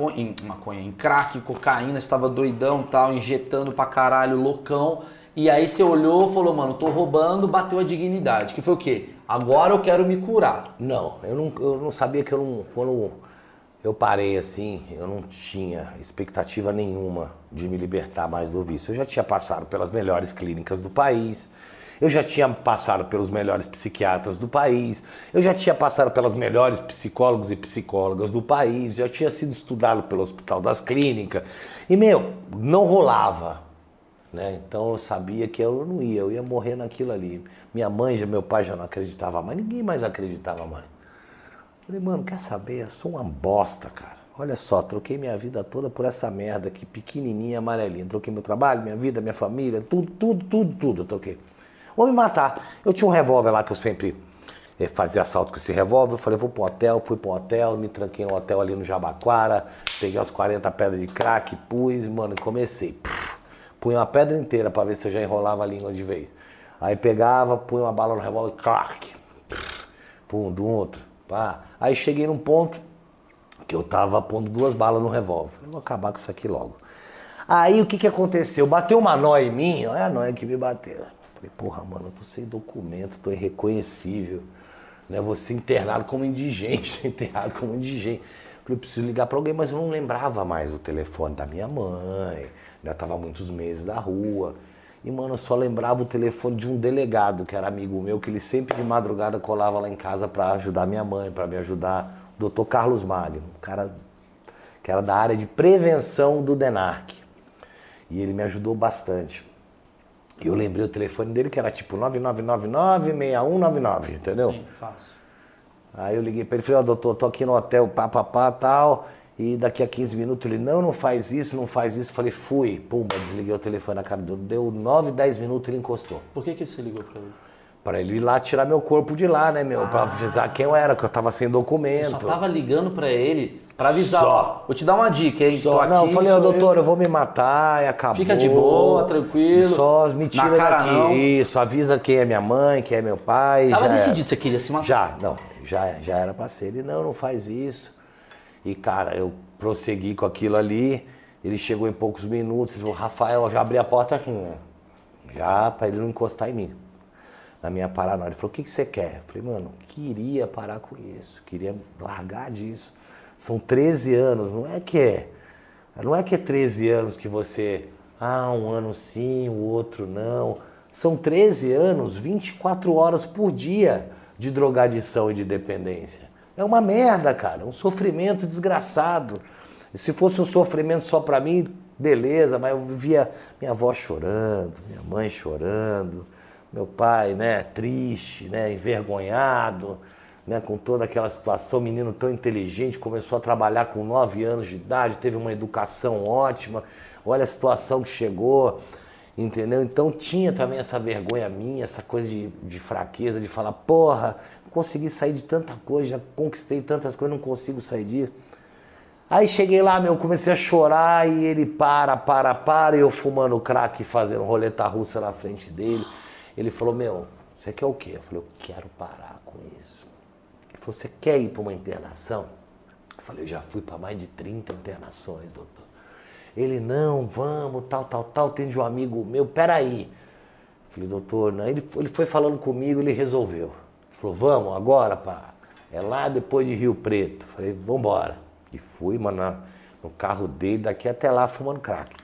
em crack, cocaína, você tava doidão e tal, injetando pra caralho, loucão. E aí você olhou e falou, mano, tô roubando, bateu a dignidade. Que foi o quê? Agora eu quero me curar. Não, eu não sabia que quando eu parei assim, eu não tinha expectativa nenhuma de me libertar mais do vício. Eu já tinha passado pelas melhores clínicas do país, eu já tinha passado pelos melhores psiquiatras do país, eu já tinha passado pelas melhores psicólogos e psicólogas do país, já tinha sido estudado pelo Hospital das Clínicas e, não rolava, né? Então eu sabia que eu não ia, eu ia morrer naquilo ali. Minha mãe, meu pai já não acreditava mais, ninguém mais acreditava mais. Falei, mano, quer saber? Eu sou uma bosta, cara. Olha só, troquei minha vida toda por essa merda aqui, pequenininha, amarelinha. Troquei meu trabalho, minha vida, minha família, tudo eu troquei. Vou me matar. Eu tinha um revólver lá que eu sempre fazia assalto com esse revólver. Eu falei, vou pro hotel, fui pro hotel, me tranquei no hotel ali no Jabaquara, peguei as 40 pedras de crack, pus, mano, e comecei. Punha uma pedra inteira pra ver se eu já enrolava a língua de vez. Aí pegava, punha uma bala no revólver, clac, pum, do outro. Pá. Aí cheguei num ponto que eu tava pondo 2 balas no revólver. Falei, vou acabar com isso aqui logo. Aí o que aconteceu? Bateu uma nóia em mim, olha a nóia que me bateu. Falei, porra, mano, eu tô sem documento, tô irreconhecível. Né? Vou ser internado como indigente, enterrado como indigente. Falei, preciso ligar pra alguém, mas eu não lembrava mais o telefone da minha mãe. Já tava muitos meses da rua. E, mano, eu só lembrava o telefone de um delegado, que era amigo meu, que ele sempre de madrugada colava lá em casa pra ajudar minha mãe, pra me ajudar. O Dr. Carlos Magno, um cara que era da área de prevenção do DENARC. E ele me ajudou bastante. E eu lembrei o telefone dele, que era tipo 9999-6199, entendeu? Sim, fácil. Aí eu liguei pra ele e falei, ó, doutor, tô aqui no hotel, tal... E daqui a 15 minutos ele, não faz isso, não faz isso. Falei, fui. Pumba, desliguei o telefone na cara dele. Deu 9, 10 minutos ele encostou. Por que você ligou pra ele? Pra ele ir lá tirar meu corpo de lá, né, meu? Pra avisar quem eu era, que eu tava sem documento. Você só tava ligando pra ele pra avisar. Só. Vou te dar uma dica, hein? Só. Não, eu falei, ó, doutor, eu vou me matar e acabou. Fica de boa, tranquilo. Só me tira na cara daqui. Não. Isso, avisa quem é minha mãe, quem é meu pai. Tava já decidido, você queria se matar? Já era pra ser. Ele, não faz isso. E, cara, eu prossegui com aquilo ali, ele chegou em poucos minutos, ele falou, Rafael, eu já abri a porta aqui, né? Já pra ele não encostar em mim. Na minha paranoia. Ele falou, o que você quer? Eu falei, mano, queria parar com isso, queria largar disso. São 13 anos, não é que é 13 anos que você, um ano sim, o outro não. São 13 anos, 24 horas por dia de drogadição e de dependência. É uma merda, cara, um sofrimento desgraçado. E se fosse um sofrimento só pra mim, beleza, mas eu via minha avó chorando, minha mãe chorando, meu pai, né, triste, né, envergonhado, né, com toda aquela situação, menino tão inteligente, começou a trabalhar com 9 anos de idade, teve uma educação ótima, olha a situação que chegou, entendeu? Então tinha também essa vergonha minha, essa coisa de fraqueza, de falar, porra, consegui sair de tanta coisa, já conquistei tantas coisas, não consigo sair disso. Aí cheguei lá, comecei a chorar e ele para, e eu fumando crack, fazendo roleta russa na frente dele. Ele falou, você quer o quê? Eu falei, eu quero parar com isso. Ele falou, você quer ir para uma internação? Eu falei, eu já fui para mais de 30 internações, doutor. Ele, não, vamos, tal, tem de um amigo meu, peraí. Eu falei, doutor, não. Ele foi falando comigo, ele resolveu. Ele falou, vamos agora, pá. É lá depois de Rio Preto. Eu falei, vambora. E fui, mano, no carro dele, daqui até lá, fumando crack.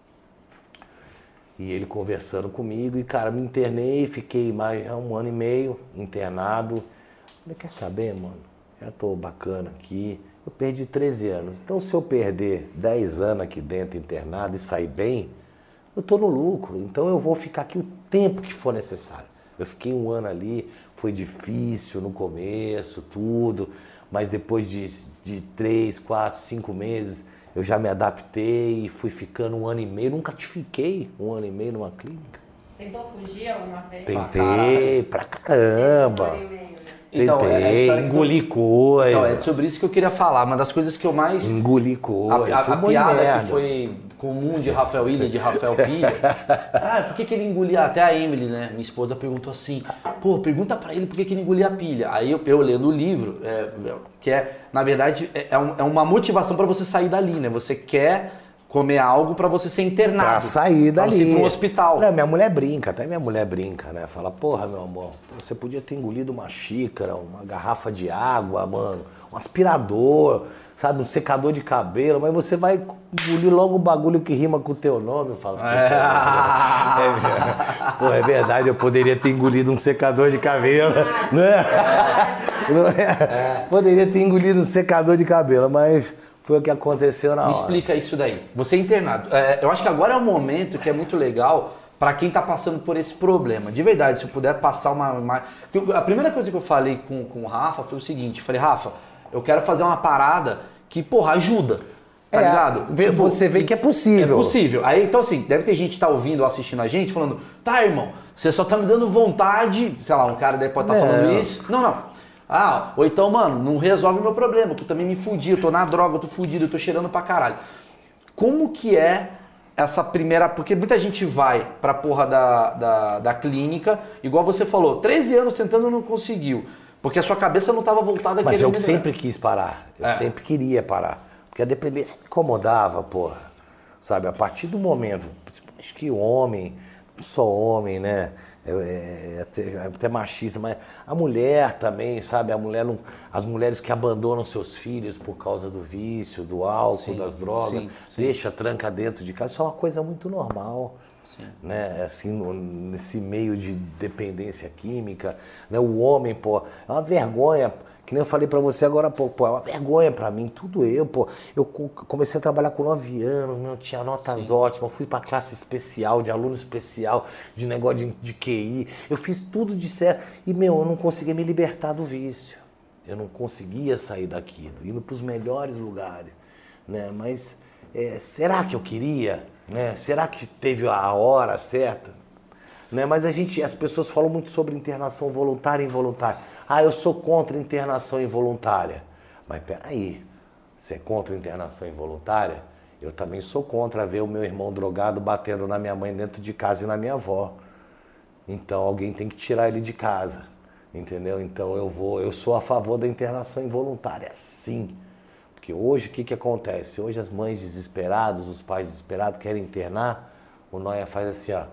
E ele conversando comigo, e, cara, me internei, fiquei mais 1 ano e meio internado. Falei, quer saber, mano? Já tô bacana aqui. Eu perdi 13 anos. Então, se eu perder 10 anos aqui dentro internado e sair bem, eu tô no lucro. Então, eu vou ficar aqui o tempo que for necessário. Eu fiquei 1 ano ali, foi difícil no começo, tudo. Mas depois de 3, 4, 5 meses, eu já me adaptei e fui ficando 1 ano e meio. Nunca fiquei 1 ano e meio numa clínica. Tentou fugir alguma vez? Tentei, pra caramba. Então, Tentei, engoli coisa. Então, é sobre isso que eu queria falar. Uma das coisas que eu mais... Engoli coisa. A piada que foi comum de Rafael Ilha, de Rafael Pilha. Por que ele engolia? Até a Emily, né? Minha esposa perguntou assim, pergunta pra ele por que ele engolia a pilha. Aí eu lendo o livro, que na verdade, é uma motivação pra você sair dali, né? Você quer comer algo pra você ser internado. Pra sair dali. Pra você ir pro hospital. Não, minha mulher brinca, né? Fala, porra, meu amor, você podia ter engolido uma xícara, uma garrafa de água, mano, um aspirador, sabe, um secador de cabelo, mas você vai engolir logo o bagulho que rima com o teu nome. Eu falo, pô, é verdade, eu poderia ter engolido um secador de cabelo, né? Poderia ter engolido um secador de cabelo, mas... Foi o que aconteceu na hora. Me explica isso daí. Você é internado. Eu acho que agora é um momento que é muito legal para quem tá passando por esse problema. De verdade, se eu puder passar uma... A primeira coisa que eu falei com o Rafa foi o seguinte. Falei, Rafa, eu quero fazer uma parada que, porra, ajuda. Tá ligado? Você vê que é possível. É possível. Aí, então assim, deve ter gente que tá ouvindo ou assistindo a gente falando, tá, irmão, você só tá me dando vontade... Sei lá, um cara deve pode estar falando isso. Não. Ou então, mano, não resolve o meu problema, que eu também me fudi, eu tô na droga, eu tô fudido, eu tô cheirando pra caralho. Como que é essa primeira... Porque muita gente vai pra porra da clínica, igual você falou, 13 anos tentando e não conseguiu, porque a sua cabeça não tava voltada Mas eu sempre quis parar, sempre queria parar, porque a dependência me incomodava, porra, sabe? A partir do momento, acho que o homem, não só homem, né? É até machista, mas a mulher também, sabe? As mulheres que abandonam seus filhos por causa do vício, do álcool, das drogas, deixa, tranca dentro de casa, isso é uma coisa muito normal, né? Assim, nesse meio de dependência química, né? O homem, é uma vergonha. Que nem eu falei pra você agora há pouco, é uma vergonha pra mim, tudo eu comecei a trabalhar com 9 anos, eu tinha notas ótimas, fui pra classe especial, de aluno especial, de negócio de QI, eu fiz tudo de certo, e eu não conseguia me libertar do vício, eu não conseguia sair daquilo, indo pros melhores lugares, né, mas será que eu queria, né, será que teve a hora certa? Né? Mas as pessoas falam muito sobre internação voluntária e involuntária. Eu sou contra a internação involuntária. Mas peraí, você é contra a internação involuntária? Eu também sou contra ver o meu irmão drogado batendo na minha mãe dentro de casa e na minha avó. Então alguém tem que tirar ele de casa, entendeu? Então eu sou a favor da internação involuntária, sim. Porque hoje o que acontece? Hoje as mães desesperadas, os pais desesperados querem internar, o Noia faz assim, ó.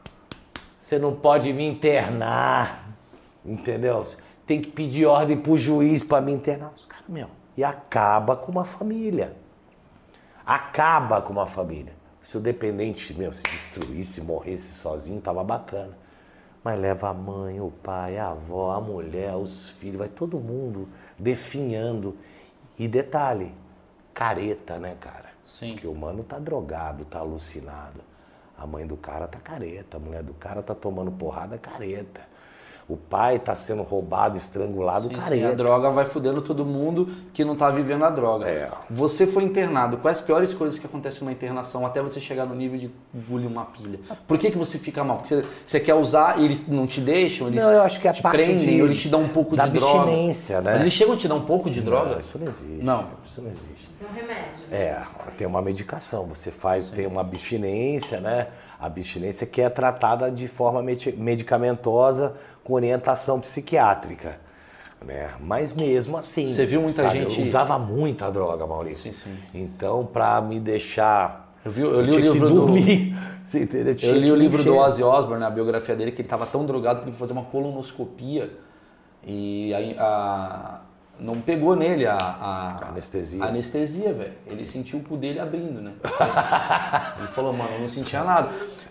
Você não pode me internar, entendeu? Tem que pedir ordem pro juiz para me internar. Os caras, e acaba com uma família. Acaba com uma família. Se o dependente, se destruísse, morresse sozinho, tava bacana. Mas leva a mãe, o pai, a avó, a mulher, os filhos, vai todo mundo definhando. E detalhe, careta, né, cara? Sim. Porque o mano tá drogado, tá alucinado. A mãe do cara tá careta, a mulher do cara tá tomando porrada, careta. O pai tá sendo roubado, estrangulado, careta. Sim, a droga vai fudendo todo mundo que não tá vivendo a droga. Você foi internado. Quais as piores coisas que acontecem numa internação até você chegar no nível de engolir uma pilha? Por que você fica mal? Porque você quer usar e eles não te deixam? Eles não, eu acho que a te parte prendem, ou eles te dão um pouco de droga? Da abstinência, né? Mas eles chegam a te dar um pouco de droga? Não, isso não existe. Não. Isso não existe. É um remédio. Tem uma medicação. Você tem uma abstinência, né? A abstinência que é tratada de forma medicamentosa com orientação psiquiátrica, né? Mas mesmo assim... Você viu muita gente... Eu usava muita droga, Maurício. Sim. Então, pra me deixar... Eu li o livro dormir, você entendeu? Eu li o livro do Ozzy Osbourne, a biografia dele, que ele estava tão drogado que ele foi fazer uma colonoscopia e aí não pegou nele a anestesia. A anestesia, velho. Ele sentiu o cu dele abrindo, né? Ele falou, mano, eu não sentia nada.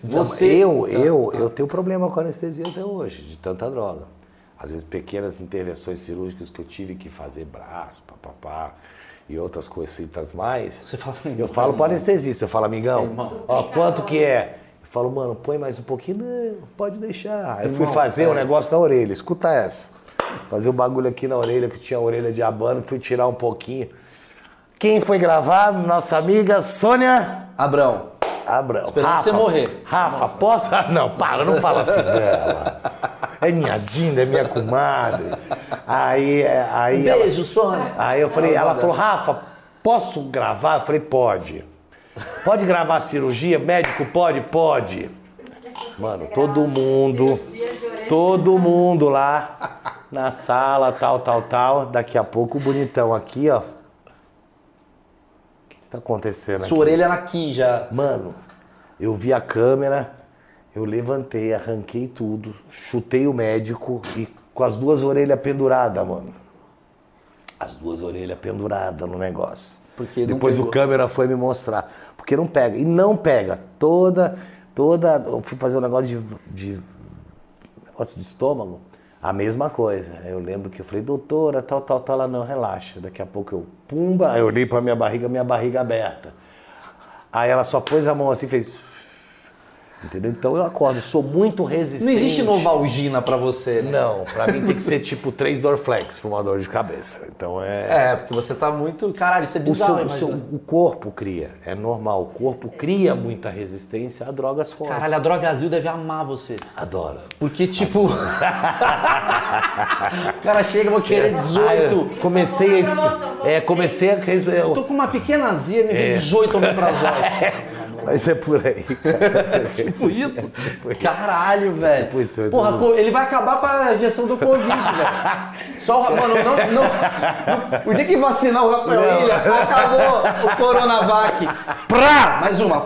Eu tenho problema com anestesia até hoje, de tanta droga. Às vezes pequenas intervenções cirúrgicas que eu tive que fazer, braço, papapá, e outras coisitas mais. Você fala, eu falo para o anestesista, eu falo, amigão, ó, quanto que é? Eu falo, mano, põe mais um pouquinho. Não, pode deixar. Aí eu fui fazer um negócio na orelha, escuta essa. Fazer o bagulho aqui na orelha, que tinha a orelha de abano, fui tirar um pouquinho. Quem foi gravar? Nossa amiga Sônia Abrão. Esperando você morrer. Rafa, posso? Não, não fala assim dela. É minha Dinda, é minha comadre. Aí beijo, Sônia. Aí eu falei, ela falou, Rafa, posso gravar? Eu falei, pode. Pode gravar a cirurgia? Médico, pode? Pode. Mano, todo mundo lá na sala, tal. Daqui a pouco o bonitão aqui, ó. O que tá acontecendo aqui? Sua orelha aqui já. Mano, eu vi a câmera, eu levantei, arranquei tudo, chutei o médico e com as duas orelhas penduradas, mano. As duas orelhas penduradas no negócio. Porque depois o câmera foi me mostrar. Porque não pega. E não pega. Eu fui fazer um negócio de estômago, a mesma coisa. Eu lembro que eu falei, doutora, tal, ela não, relaxa. Daqui a pouco eu, pumba, aí eu olhei pra minha barriga aberta. Aí ela só pôs a mão assim e fez... Entendeu? Então eu acordo, sou muito resistente. Não existe Novalgina pra você, né? Não, pra mim tem que ser tipo 3 Dorflex pra uma dor de cabeça. Então porque você tá muito... Caralho, isso é bizarro, o corpo cria, é normal, o corpo cria muita resistência a drogas fortes. Caralho, a Drogazil deve amar você. Adora. Porque, tipo... o cara chega e vou querer 18. Comecei a... Eu tô com uma pequena azia, me vem 18 omeprazol. Mas é por aí. Tipo isso? Caralho, velho. Tipo isso. Porra, ele vai acabar com a injeção do Covid, velho. Só, mano, não. O dia que vacinar o Rafael Ilha, acabou o Coronavac. Mais uma.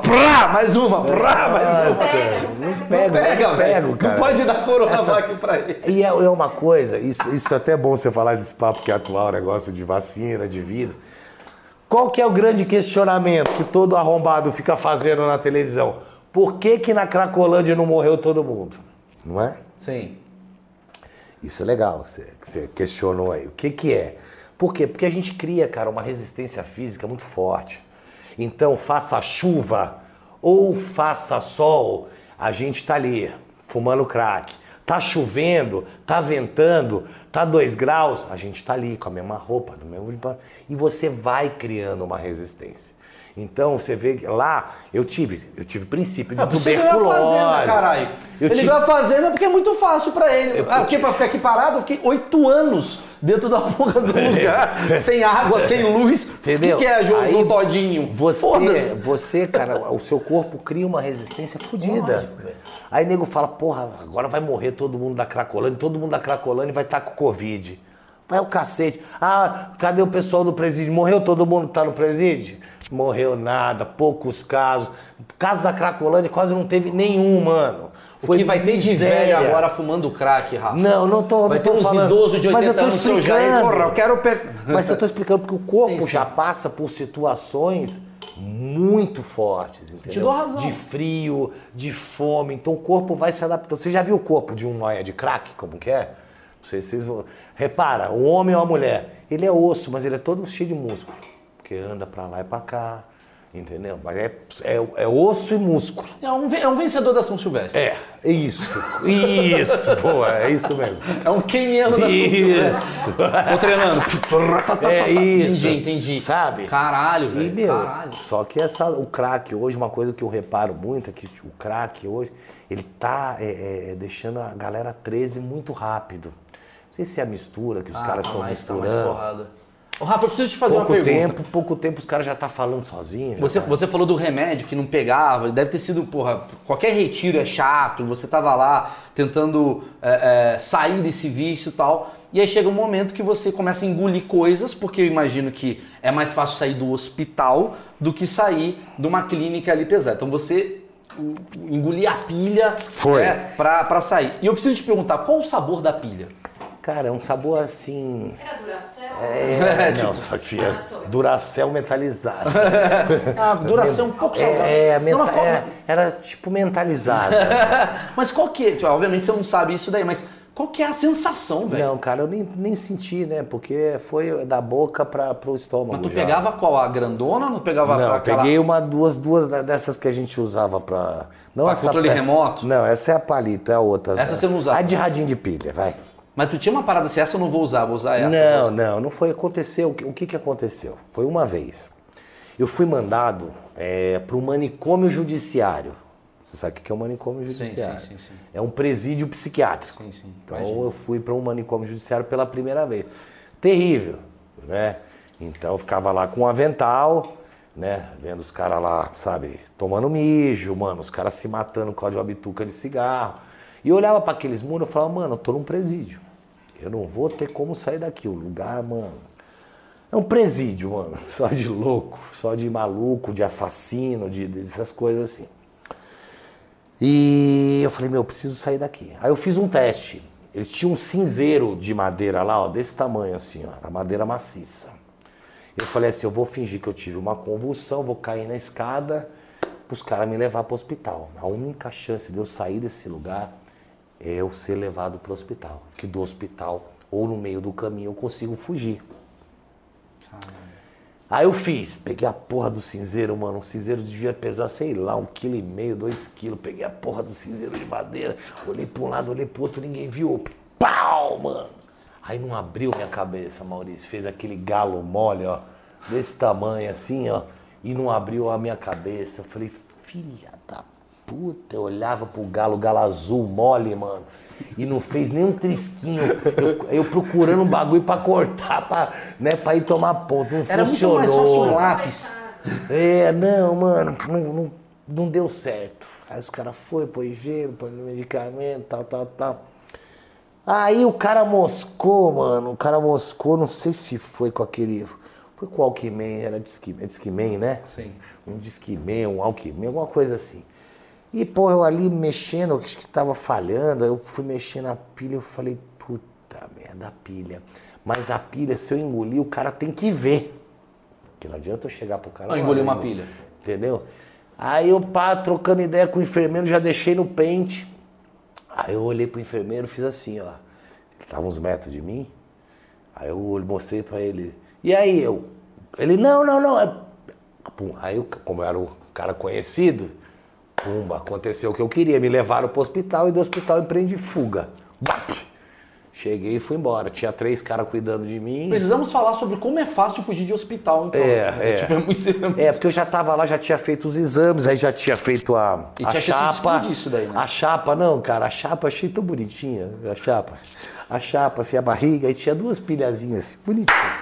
Não pega, cara. Não pode dar Coronavac pra ele. E é uma coisa, isso é até bom você falar desse papo que é atual, negócio de vacina, de vírus. Qual que é o grande questionamento que todo arrombado fica fazendo na televisão? Por que na Cracolândia não morreu todo mundo? Não é? Sim. Isso é legal, você questionou aí. O que é? Por quê? Porque a gente cria, cara, uma resistência física muito forte. Então, faça chuva ou faça sol, a gente tá ali, fumando crack. Tá chovendo, tá ventando, tá 2 graus, a gente tá ali com a mesma roupa, do mesmo... e você vai criando uma resistência. Então você vê que lá eu tive princípio de tuberculose. Ele ganhou a fazenda, caralho. Ele ganhou a fazenda porque é muito fácil pra ele. Porque pra ficar aqui parado, eu fiquei 8 anos dentro da porra do lugar, sem água, sem luz. Entendeu? O que é João Todinho? Você, cara, o seu corpo cria uma resistência fodida. Aí nego fala, porra, agora vai morrer todo mundo da Cracolândia vai estar com Covid. Vai o cacete. Ah, cadê o pessoal do presídio? Morreu todo mundo que tá no presídio? Morreu nada, poucos casos. Caso da Cracolândia quase não teve nenhum, mano. Foi o que vai ter de velho agora fumando crack, Rafa? Não tô vai ter uns idosos de 80 anos, explicando. Porra, eu quero... Mas eu tô explicando porque o corpo já passa por situações muito fortes, entendeu? Te dou razão. De frio, de fome, então o corpo vai se adaptando. Você já viu o corpo de um nóia de crack, como que é? Não sei se vocês vão... Repara, o homem ou a mulher, ele é osso, mas ele é todo cheio de músculo, porque anda pra lá e pra cá, entendeu? Mas é osso e músculo. É um vencedor da São Silvestre. É isso, pô, é isso mesmo. É um queniano da São Silvestre. Isso. Tô treinando. É isso. Entendi. Sabe? Caralho, E, velho. meu, Caralho. só que o crack hoje, uma coisa que eu reparo muito é que o crack hoje, ele tá deixando a galera 13 muito rápido. Não sei se é a mistura que os caras estão misturando. Ô, Rafa, eu preciso te fazer uma pergunta. Pouco tempo os caras já tá falando sozinho. Você falou do remédio que não pegava, deve ter sido, qualquer retiro é chato, você tava lá tentando sair desse vício e tal, e aí chega um momento que você começa a engolir coisas, porque eu imagino que é mais fácil sair do hospital do que sair de uma clínica ali pesada. Então você engolir a pilha pra sair. E eu preciso te perguntar, qual o sabor da pilha? Cara, é um sabor assim... Era Duracell? Não, só que Duracell metalizado. Duracell um pouco salgado. Era tipo mentalizado. Mas qual que é? Obviamente você não sabe isso daí, mas qual que é a sensação, velho? Não, cara, eu nem senti, né? Porque foi da boca pro estômago. Mas tu pegava qual? A grandona ou não pegava não, aquela... peguei duas dessas que a gente usava pra... Não, pra controle remoto? Não, essa é a palito, é a outra. Essa você não usava? A de radinho de pilha, vai. Mas tu tinha uma parada assim, essa eu não vou usar essa. Não foi. Aconteceu. O que aconteceu? Foi uma vez. Eu fui mandado para um manicômio judiciário. Você sabe o que é um manicômio judiciário? Sim. É um presídio psiquiátrico. Sim. Então eu fui para um manicômio judiciário pela primeira vez. Terrível, né? Então eu ficava lá com um avental, né? Vendo os caras lá, sabe, tomando mijo, mano, os caras se matando com a de uma bituca de cigarro. E eu olhava para aqueles muros e falava, mano, eu tô num presídio. Eu não vou ter como sair daqui. O lugar, mano, é um presídio, mano. Só de louco, só de maluco, de assassino, dessas coisas assim. E eu falei, eu preciso sair daqui. Aí eu fiz um teste. Eles tinham um cinzeiro de madeira lá, ó, desse tamanho assim, ó, a madeira maciça. Eu falei assim, eu vou fingir que eu tive uma convulsão, vou cair na escada, os caras me levar pro hospital. A única chance de eu sair desse lugar é eu ser levado pro hospital. Que do hospital, ou no meio do caminho, eu consigo fugir. Caramba. Aí eu peguei a porra do cinzeiro, mano. O cinzeiro devia pesar, sei lá, 1,5 kg, 2 kg. Peguei a porra do cinzeiro de madeira, olhei pra um lado, olhei pro outro, ninguém viu. Pau, mano. Aí não abriu minha cabeça, Maurício. Fez aquele galo mole, ó, desse tamanho assim, ó. E não abriu a minha cabeça. Eu falei, filha da puta. Eu olhava pro galo azul mole, mano. E não fez nem um trisquinho. Eu procurando um bagulho pra cortar, pra ir tomar ponto. Não era funcionou. Muito mais fácil um lápis. Não, mano. Não deu certo. Aí os caras foram, pôs gelo, pôs medicamento, tal. Aí o cara moscou, mano. Não sei se foi com aquele... Foi com o Alckmin, era Discman, né? Sim. Um Discman, um Alckmin, alguma coisa assim. E, pô, eu ali mexendo, acho que tava falhando, aí eu fui mexer na pilha, eu falei, puta merda, a pilha. Mas a pilha, se eu engolir, o cara tem que ver. Porque não adianta eu chegar pro cara... Não, engolir uma pilha. Entendeu? Aí eu, trocando ideia com o enfermeiro, já deixei no pente. Aí eu olhei pro enfermeiro e fiz assim, ó. Ele tava uns metros de mim. Aí eu mostrei pra ele... E aí ele, não. Pum, aí, como eu era o cara conhecido, pumba, aconteceu o que eu queria. Me levaram pro hospital e do hospital eu empreendi fuga. Cheguei e fui embora. Tinha 3 caras cuidando de mim. Precisamos falar sobre como é fácil fugir de hospital, então. Porque eu já tava lá, já tinha feito os exames, aí já tinha feito a chapa. Disso daí, né? A chapa, não, cara, a chapa achei tão bonitinha. A chapa, assim, a barriga, aí tinha 2 pilhazinhas assim, bonitinhas.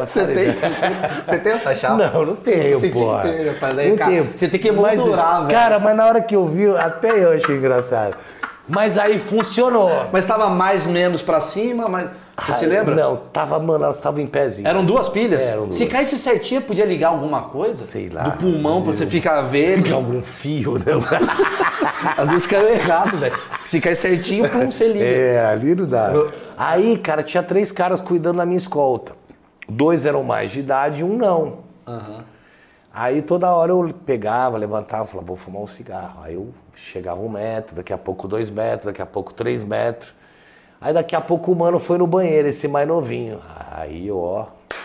Você tem essa chapa? Não tenho, pô. Você tem que emoldurar, velho. Cara, mas na hora que eu vi, até eu achei engraçado. Mas aí funcionou. Mas tava mais ou menos pra cima, mas... Você se lembra? Não, elas estavam em pezinho. Eram 2 pilhas? Eram 2. Se caísse certinho, podia ligar alguma coisa? Sei lá. Do pulmão, pra você ficar verde. Algum fio, né? Às vezes caiu errado, velho. Se cair certinho, você liga. Ali não dá. Aí, cara, tinha 3 caras cuidando da minha escolta. 2 eram mais de idade e 1 não. Aí toda hora eu pegava, levantava, falava, vou fumar um cigarro. Aí eu chegava 1 metro, daqui a pouco 2 metros, daqui a pouco 3 metros. Aí daqui a pouco o mano foi no banheiro, esse mais novinho. Aí eu, ó,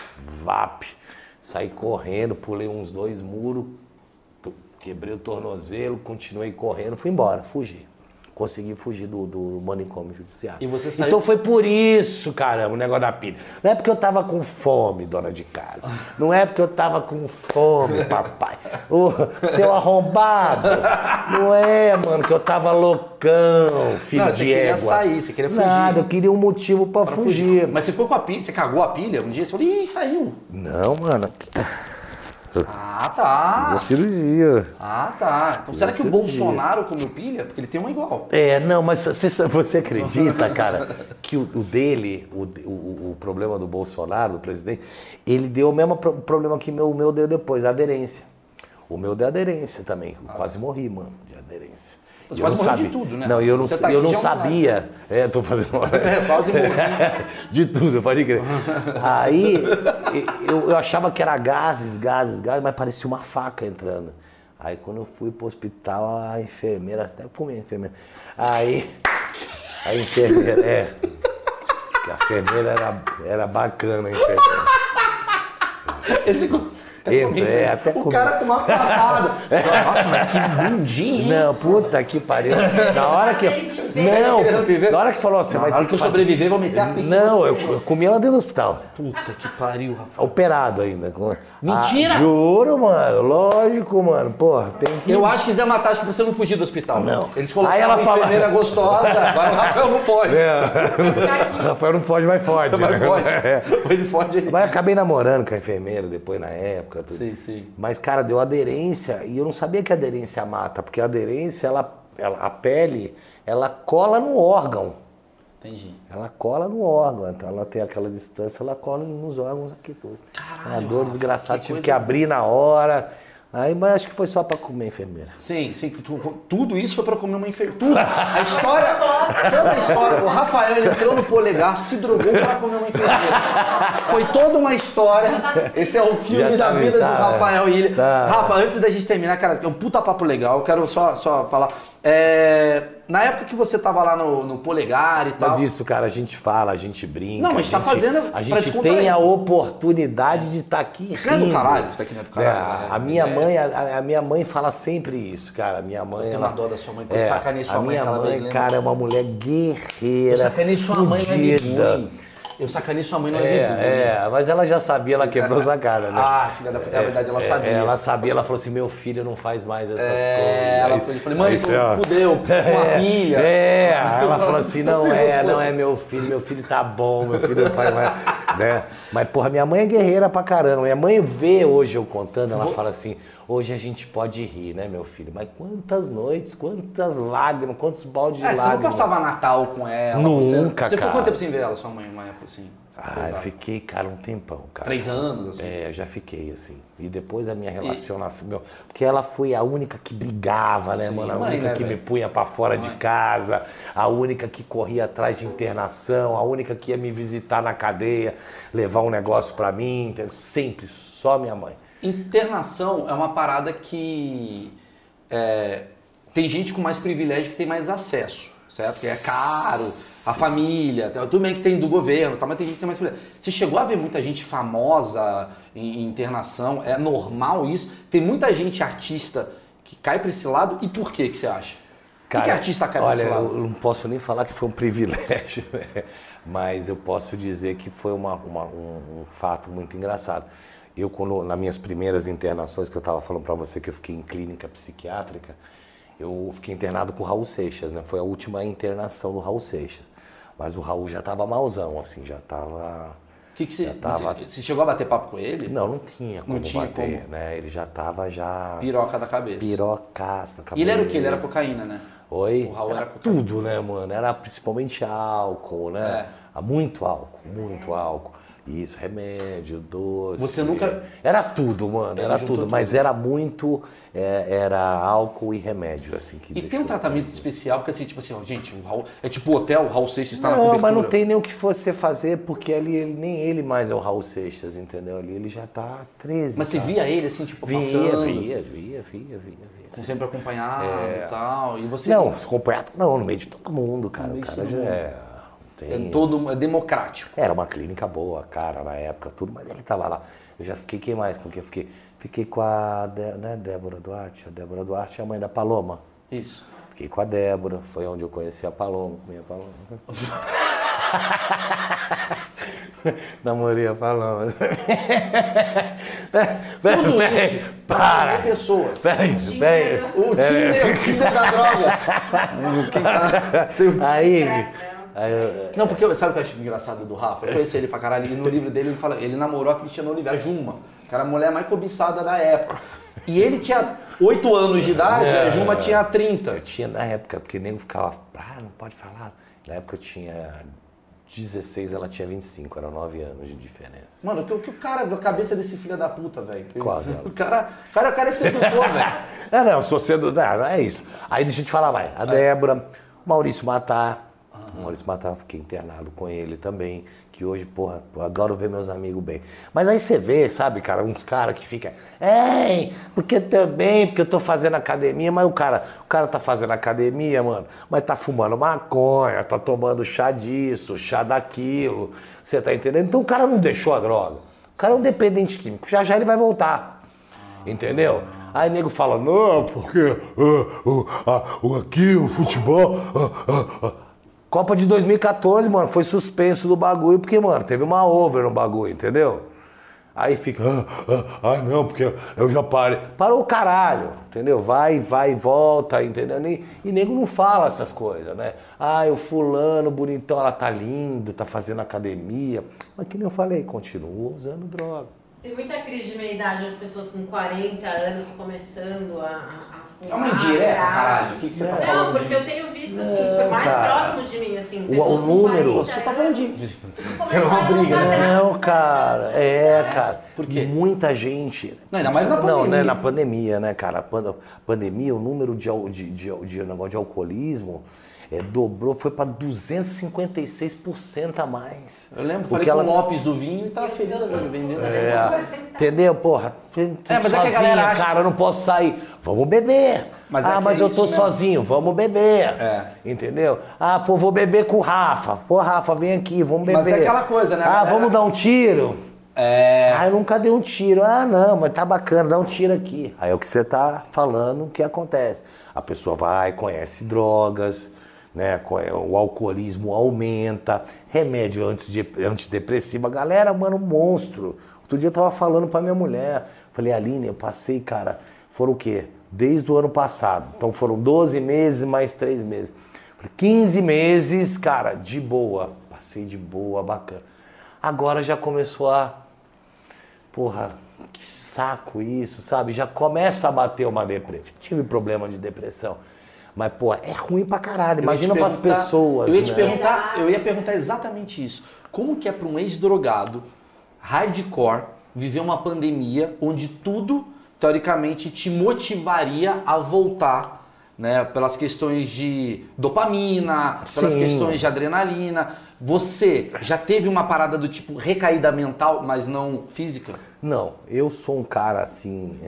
saí correndo, pulei uns 2 muros, quebrei o tornozelo, continuei correndo, fui embora, fugi. Consegui fugir do manicômio judiciário. E você saiu... Então foi por isso, caramba, o negócio da pilha. Não é porque eu tava com fome, dona de casa. Não é porque eu tava com fome, papai. Ô, seu arrombado. Não é, mano, que eu tava loucão, filho de égua. Você queria sair, você queria fugir. Nada, eu queria um motivo pra fugir. Mas você ficou com a pilha, você cagou a pilha um dia, você falou, ih, saiu. Não, mano. Ah, tá. Fiz a cirurgia. Ah, tá. Então será que o Bolsonaro comeu pilha? Porque ele tem uma igual. Não, mas você acredita, cara, que o dele, o problema do Bolsonaro, do presidente, ele deu o mesmo problema que o meu deu depois, a aderência. O meu deu aderência também. Eu quase morri, mano, de aderência. Você quase morreu de tudo, né? Não, eu não sabia. Tô fazendo... quase morri. De tudo, pode crer. Aí, eu achava que era gases, mas parecia uma faca entrando. Aí, quando eu fui pro hospital, a enfermeira, até comi a enfermeira. Aí, a enfermeira, que a enfermeira era bacana, a enfermeira. Até o cara com uma facada. Nossa, mas que bundinho, hein? Não, puta que pariu. Na hora que... na hora que falou, você vai ter que sobreviver, vou meter a pica. Não, eu comi ela dentro do hospital. Puta que pariu, Rafael. Operado ainda. Mentira! Juro, mano. Lógico, mano. Porra, tem que... Eu acho que isso é uma tática pra você não fugir do hospital. Não. Eles colocaram uma enfermeira gostosa, agora o Rafael não foge. O Rafael não foge, mas foge. Ele foge. Mas eu acabei namorando com a enfermeira depois, na época. Tudo. Sim. Mas, cara, deu aderência e eu não sabia que a aderência mata, porque a aderência, a pele, ela cola no órgão. Entendi. Ela cola no órgão, então ela tem aquela distância, ela cola nos órgãos aqui tudo. Caralho, uma dor desgraçada, tive coisa... que abrir na hora. Aí, mas acho que foi só pra comer enfermeira. Sim. Tudo isso foi pra comer uma enfermeira. Tudo. A história, toda a história. O Rafael, ele entrou no polegar, se drogou pra comer uma enfermeira. Foi toda uma história. Esse é o filme da vida do Rafael Ilha. Rafa, antes da gente terminar, cara, é um puta papo legal. Eu quero só falar. Na época que você tava lá no polegar e tal... Mas isso, cara, a gente fala, a gente brinca. Não, mas tá fazendo... A gente tem a oportunidade de estar aqui rindo. Isso não é do caralho, isso daqui não é do caralho. A minha mãe fala sempre isso, cara. A minha mãe... Eu tenho uma dó da sua mãe, quando sacanei sua mãe aquela vez, lembra? Cara, é uma mulher guerreira, eu sacanei sua mãe, não é ruim. Eu sacanei sua mãe, não é mas ela já sabia, ela quebrou essa cara, né? Ah, filha da puta, é verdade, ela sabia. Ela sabia, ela falou assim, meu filho não faz mais essas coisas. Eu falei, mãe, fudeu, com a pilha. Ela falou assim, não é meu filho tá bom, meu filho não faz mais, né? Mas, porra, minha mãe é guerreira pra caramba. Minha mãe vê hoje eu contando, ela fala assim, hoje a gente pode rir, né, meu filho? Mas quantas noites, quantas lágrimas, quantos baldes de lágrimas. Você não passava Natal com ela? Nunca, cara. Você ficou quanto tempo sem ver ela, sua mãe, uma época assim? Eu fiquei, cara, um tempão, cara. 3 anos, assim? Eu já fiquei, assim. E depois a minha relacionação... Porque ela foi a única que brigava, né, mano? A única que me punha pra fora de casa, a única que corria atrás de internação, a única que ia me visitar na cadeia, levar um negócio pra mim, sempre, só minha mãe. Internação é uma parada que tem gente com mais privilégio que tem mais acesso, certo? Que é caro, a família, tudo bem que tem do governo, mas tem gente que tem mais privilégio. Você chegou a ver muita gente famosa em internação? É normal isso? Tem muita gente artista que cai pra esse lado, e por que você acha? Cara, por que artista cai pra esse lado? Eu não posso nem falar que foi um privilégio, mas eu posso dizer que foi um fato muito engraçado. Eu, nas minhas primeiras internações, que eu estava falando para você que eu fiquei em clínica psiquiátrica, eu fiquei internado com o Raul Seixas, né? Foi a última internação do Raul Seixas. Mas o Raul já estava malzão, assim, já estava... Você chegou a bater papo com ele? Não tinha como bater, né? Ele já estava piroca da cabeça. Pirocaço da cabeça. E ele era o quê? Ele era cocaína, né? Oi? O Raul era cocaína. Tudo, né, mano? Era principalmente álcool, né? Muito álcool, muito álcool. Isso, remédio, doce. Você nunca... Era tudo, mano, era juntou tudo. Mas era muito... era álcool e remédio, assim, que E tem deixou um tratamento especial, porque assim, tipo assim, ó, gente, o Raul, é tipo o hotel, o Raul Seixas está na Não, cobertura. mas não tem nem o que você fazer, porque ali nem ele mais é o Raul Seixas, entendeu? Ali ele já tá 13. Mas você cara. via ele assim, tipo, Via, passando? via. Com sempre acompanhado e tal. E você... Não, acompanhado não, no meio de todo mundo, cara. O cara já é democrático. Era uma clínica boa, cara, na época, tudo, mas ele tava lá. Eu já fiquei, quem mais? Com quem eu fiquei? Fiquei com a Débora Duarte. A Débora Duarte é a mãe da Paloma. Isso. Fiquei com a Débora, foi onde eu conheci a Paloma, comi a Paloma. Namorei a Paloma. Tudo isso para pessoas. Peraí. O Tinder da droga. Não, porque sabe o que eu acho engraçado do Rafa? Eu conheci ele pra caralho, e no livro dele ele fala, ele namorou a Cristiana Oliveira, a Juma, que era a mulher mais cobiçada da época. E ele tinha 8 anos de idade, a Juma tinha 30. Eu tinha na época, porque nem ficava, não pode falar. Na época eu tinha 16, ela tinha 25, eram 9 anos de diferença. Mano, o cara, a cabeça desse filho da puta, velho. Qual delas? O cara é sedutor, velho. Não, eu sou sedutor, não é isso. Aí deixa eu te falar mais. A Débora, Maurício Matar. Maurício Matar, fiquei internado com ele também. Que hoje, porra, eu adoro ver meus amigos bem. Mas aí você vê, sabe, cara, uns caras que ficam, porque também, porque eu tô fazendo academia, mas o cara tá fazendo academia, mano, mas tá fumando maconha, tá tomando chá disso, chá daquilo, você tá entendendo? Então o cara não deixou a droga. O cara é um dependente químico, já ele vai voltar, entendeu? Aí o nego fala, não, porque aqui o futebol... Copa de 2014, mano, foi suspenso do bagulho, porque, mano, teve uma over no bagulho, entendeu? Aí fica, não, porque eu já parei. Parou o caralho, entendeu? Vai, volta, entendeu? E nego não fala essas coisas, né? O fulano, bonitão, ela tá lindo, tá fazendo academia. Mas que nem eu falei, continua usando droga. Tem muita crise de meia-idade, as pessoas com 40 anos começando a fumar. É uma indireta, caralho. O que você tá falando? Não, porque eu tenho visto, assim, foi mais próximo de mim, assim, pessoas o número... com 40 Você tá falando de... Era uma briga, Não, cara, cara. Por quê? Muita gente... Não, ainda mais na pandemia. Não, né, na pandemia, né, cara? Pandemia, o número de negócio de alcoolismo dobrou, foi pra 256% a mais. Eu lembro, falei com o Lopes do vinho e tava feliz vendendo. Entendeu, porra? Mas sozinha, é que a galera acha... cara, eu não posso sair. Vamos beber. Mas mas eu tô sozinho, vamos beber. Entendeu? Pô, vou beber com o Rafa. Pô, Rafa, vem aqui, vamos beber. Mas é aquela coisa, né? Vamos dar um tiro? Eu nunca dei um tiro. Não, mas tá bacana, dá um tiro aqui. Aí é o que você tá falando, o que acontece. A pessoa vai, conhece drogas, né? O alcoolismo aumenta, remédio antidepressivo. A galera, mano, monstro. Outro dia eu tava falando pra minha mulher. Falei, Aline, eu passei, cara, foram o quê? Desde o ano passado. Então foram 12 meses mais 3 meses. 15 meses, cara, de boa. Passei de boa, bacana. Agora já começou Porra, que saco isso, sabe? Já começa a bater uma depressão. Tive problema de depressão. Mas, pô, é ruim pra caralho. Imagina pras pessoas. Eu ia perguntar exatamente isso. Como que é pra um ex-drogado, hardcore, viver uma pandemia onde tudo, teoricamente, te motivaria a voltar, né? Pelas questões de dopamina, pelas questões de adrenalina. Você já teve uma parada do tipo recaída mental, mas não física? Não, eu sou um cara assim...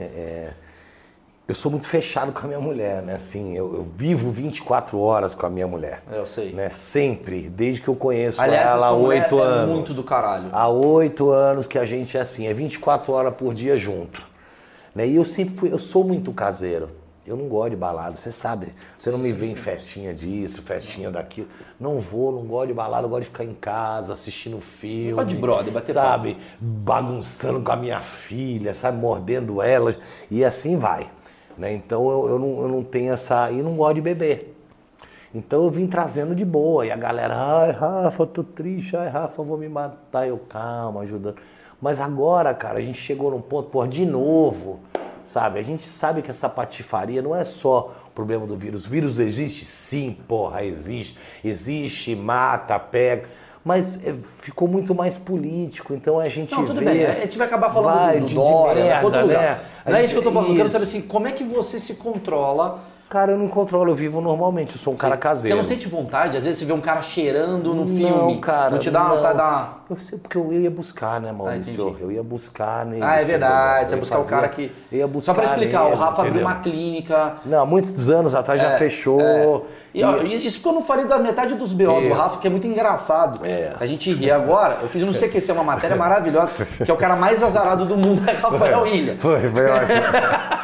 Eu sou muito fechado com a minha mulher, né? Assim, eu vivo 24 horas com a minha mulher. Eu sei. Né? Sempre, desde que eu conheço Aliás, ela há 8 anos. É muito do caralho. Há 8 anos que a gente é assim, é 24 horas por dia junto. Né? E eu sempre eu sou muito caseiro. Eu não gosto de balada, você sabe. Você não me vê em festinha disso, festinha daquilo. Não gosto de balada, eu gosto de ficar em casa, assistindo filme. Pode brother, bater sabe? Bagunçando com a minha filha, sabe? Mordendo elas. E assim vai. Né? Então eu não tenho essa... E não gosto de beber. Então eu vim trazendo de boa. E a galera, ai, Rafa, tô triste. Ai, Rafa, vou me matar. Eu, calma, ajudando. Mas agora, cara, a gente chegou num ponto, pô, de novo... Sabe, a gente sabe que essa patifaria não é só o problema do vírus. O vírus existe? Sim, porra, existe. Existe, mata, pega. Mas ficou muito mais político, então a gente Não, tudo vê... bem, a gente vai acabar falando do Dória, merda, outro lugar. né? Não é isso que eu tô falando, eu quero saber assim, como é que você se controla? Cara, eu não controlo, eu vivo normalmente, eu sou um cara caseiro. Você não sente vontade? Às vezes você vê um cara cheirando no Não, filme, cara, não te dá uma vontade de dar uma... Eu sei porque eu ia buscar, né, Maurício? entendi. Eu ia buscar nele. Ah, é verdade, você eu ia buscar o cara que... Eu ia buscar Só pra explicar, nele, o Rafa abriu entendeu? uma clínica... Não, há muitos anos atrás já fechou. E, ó, isso porque eu não falei da metade dos BO do Rafa, que é muito engraçado. A gente ri agora. Eu fiz no CQC uma matéria maravilhosa, que é o cara mais azarado do mundo, é Rafael Ilha. Foi ótimo.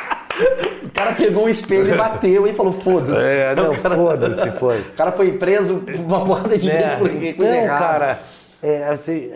O cara pegou um espelho e bateu e falou, foda-se. Não, foda-se, foi. O cara foi preso uma porrada de vezes por coisa Não, errada. cara, assim,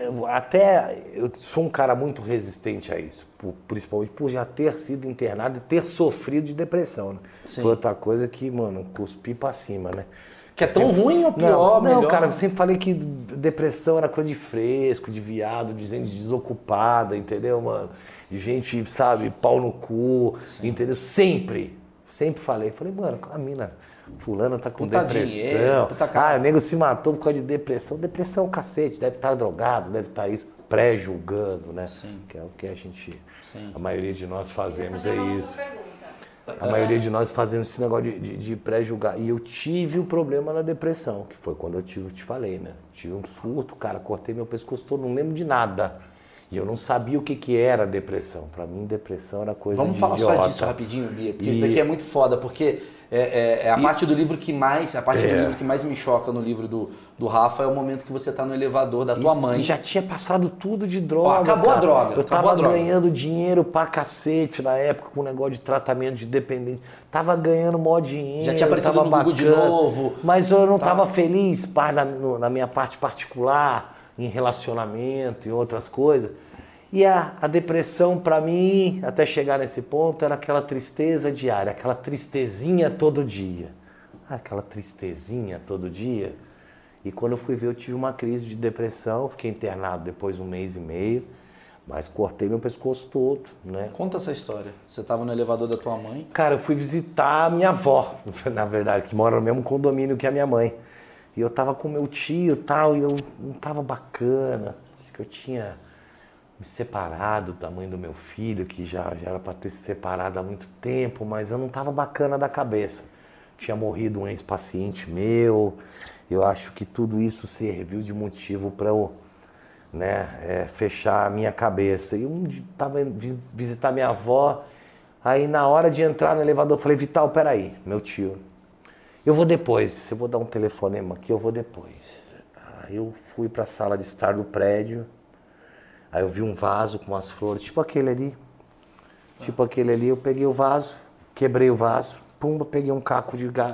até eu sou um cara muito resistente a isso, principalmente por já ter sido internado e ter sofrido de depressão, né? Sim. Foi outra coisa que, mano, cuspi pra cima, né? Que é tão ruim ou pior, Não, melhor? cara, eu sempre falei que depressão era coisa de fresco, de viado, de gente desocupada, entendeu, mano? De gente, sabe, pau no cu, entendeu? Sempre falei. Falei, mano, a mina fulana tá com Puta depressão. dinheiro, puta cara. O nego se matou por causa de depressão. Depressão é um cacete, deve estar drogado, deve estar isso, pré-julgando, né? Sim. Que é o que a gente, Sim. a maioria de nós fazemos, Fazer é uma isso. pergunta. A maioria de nós fazemos esse negócio de pré-julgar. E eu tive o problema na depressão, que foi quando eu te falei, né? Tive um surto, cara, cortei meu pescoço todo, não lembro de nada. E eu não sabia o que era depressão. Pra mim, depressão era coisa Vamos de falar idiota. só disso rapidinho, Bia, porque isso daqui é muito foda, porque é a parte do livro que mais, do livro que mais me choca no livro do Rafa é o momento que você tá no elevador da tua mãe. E já tinha passado tudo de droga. Ó, acabou cara. a droga. Eu acabou tava a droga. ganhando dinheiro pra cacete na época com o negócio de tratamento de dependente. Tava ganhando mó dinheiro. Já tinha aparecido tava no Google de novo. Mas eu não tava feliz na minha parte particular, em relacionamento e outras coisas. E a depressão, pra mim, até chegar nesse ponto, era aquela tristeza diária, aquela tristezinha todo dia. Aquela tristezinha todo dia. E quando eu fui ver, eu tive uma crise de depressão, fiquei internado depois de 1 mês e meio, mas cortei meu pescoço todo, né? Conta essa história. Você tava no elevador da tua mãe. Cara, eu fui visitar a minha avó, na verdade, que mora no mesmo condomínio que a minha mãe. E eu tava com meu tio e tal, e eu não tava bacana, acho que eu tinha me separado da mãe do meu filho, que já era para ter se separado há muito tempo, mas eu não estava bacana da cabeça. Tinha morrido um ex-paciente meu, eu acho que tudo isso serviu de motivo para eu, né, fechar a minha cabeça. E um dia estava indo visitar minha avó, aí na hora de entrar no elevador eu falei, Vital, peraí, meu tio, eu vou depois, eu vou dar um telefonema aqui, eu vou depois. Aí eu fui para a sala de estar do prédio. Aí eu vi um vaso com umas flores, tipo aquele ali. Tipo aquele ali, eu peguei o vaso, quebrei o vaso, pumba, peguei um caco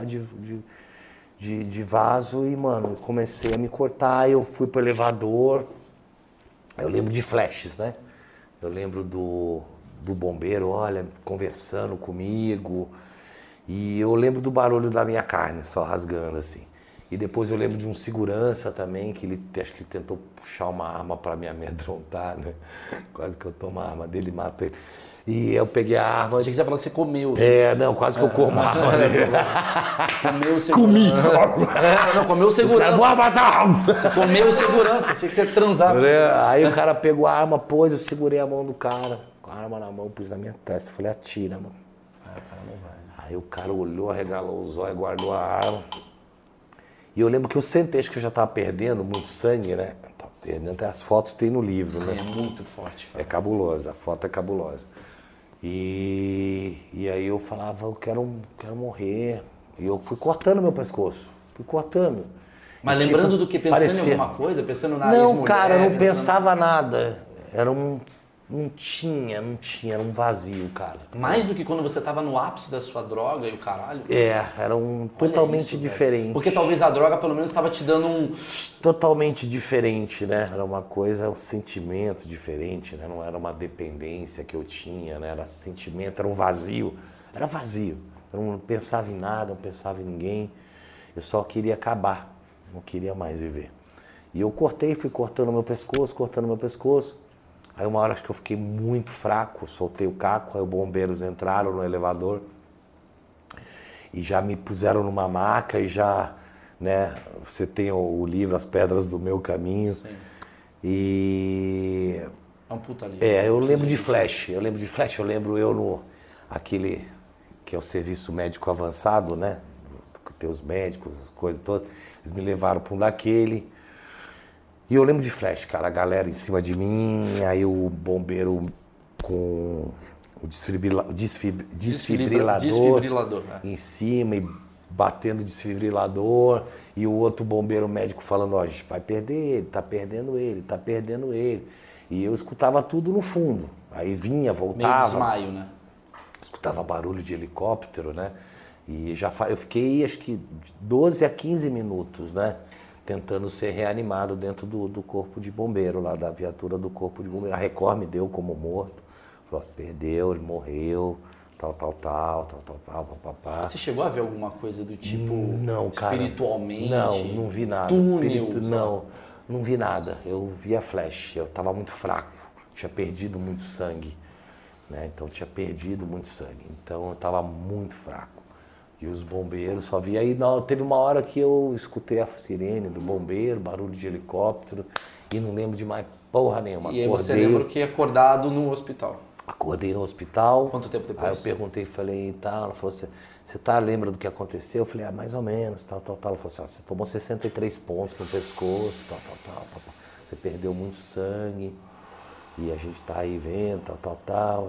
de vaso e, mano, eu comecei a me cortar, eu fui pro elevador. Eu lembro de flashes, né? Eu lembro do bombeiro, olha, conversando comigo. E eu lembro do barulho da minha carne, só rasgando assim. E depois eu lembro de um segurança também, que acho que ele tentou puxar uma arma para me amedrontar, né? Quase que eu tomo a arma dele e mato ele. E eu peguei a arma... Achei que você ia falar que você comeu. Não, quase que eu como a arma dele. Comeu o segurança. Comi! Não, comeu o segurança. Vou matar! Você comeu o segurança. Achei que você ia transar. Aí o cara pegou a arma, pôs, eu segurei a mão do cara, com a arma na mão, pus na minha testa. Falei, atira, mano. Aí o cara olhou, arregalou os olhos, guardou a arma. E eu lembro que eu sentei, acho que eu já estava perdendo muito sangue, né? Tava perdendo, até as fotos tem no livro, Sim, né? é muito forte, cara. É cabulosa, a foto é cabulosa. E aí eu falava, eu quero morrer. E eu fui cortando meu pescoço, fui cortando. Mas E, lembrando tipo, do que? Pensando parecia... em alguma coisa? Pensando na Não, ex-mulher? cara, eu não pensando... pensava nada. Era não tinha, era um vazio, cara. Mais do que quando você tava no ápice da sua droga e o caralho? Era totalmente isso, diferente. velho. Porque talvez a droga pelo menos estava te dando um... Totalmente diferente, né? Era uma coisa, um sentimento diferente, né? Não era uma dependência que eu tinha, né? Era sentimento, era um vazio. Era vazio. Eu não pensava em nada, não pensava em ninguém. Eu só queria acabar, não queria mais viver. E eu fui cortando meu pescoço. Aí uma hora acho que eu fiquei muito fraco, soltei o caco, aí os bombeiros entraram no elevador e já me puseram numa maca e já né? Você tem o livro As Pedras do Meu Caminho. Sim. E... É um puta livro. eu lembro de Flash. Eu lembro eu no... Aquele que é o serviço médico avançado, né? Tem os médicos, as coisas todas. Eles me levaram para um daquele. E eu lembro de Flash, cara. A galera em cima de mim, aí o bombeiro com o desfibrilador em cima e batendo o desfibrilador. E o outro bombeiro médico falando, ó, a gente vai perder ele, tá perdendo ele, tá perdendo ele. E eu escutava tudo no fundo. Aí vinha, voltava. Meio desmaio, né? Escutava barulho de helicóptero, né? E eu fiquei, acho que, 12 a 15 minutos, né? Tentando ser reanimado dentro do corpo de bombeiro, lá da viatura do corpo de bombeiro. A Record me deu como morto. Falou, perdeu, ele morreu, tal. Você chegou a ver alguma coisa do tipo, não, cara, espiritualmente? Não vi nada. Túnel? Não vi nada. Eu via Flash, eu estava muito fraco, tinha perdido muito sangue, né? Então tinha perdido muito sangue, então eu estava muito fraco. E os bombeiros só via. Aí não, teve uma hora que eu escutei a sirene do bombeiro, barulho de helicóptero, e não lembro de mais porra nenhuma. E aí você lembra que acordado no hospital? Acordei no hospital. Quanto tempo depois? Aí eu perguntei, falei, ela falou assim, você lembra do que aconteceu? Eu falei, mais ou menos, tal. Ela falou assim, você tomou 63 pontos no pescoço, tal. Você perdeu muito sangue, e a gente tá aí vendo, tal.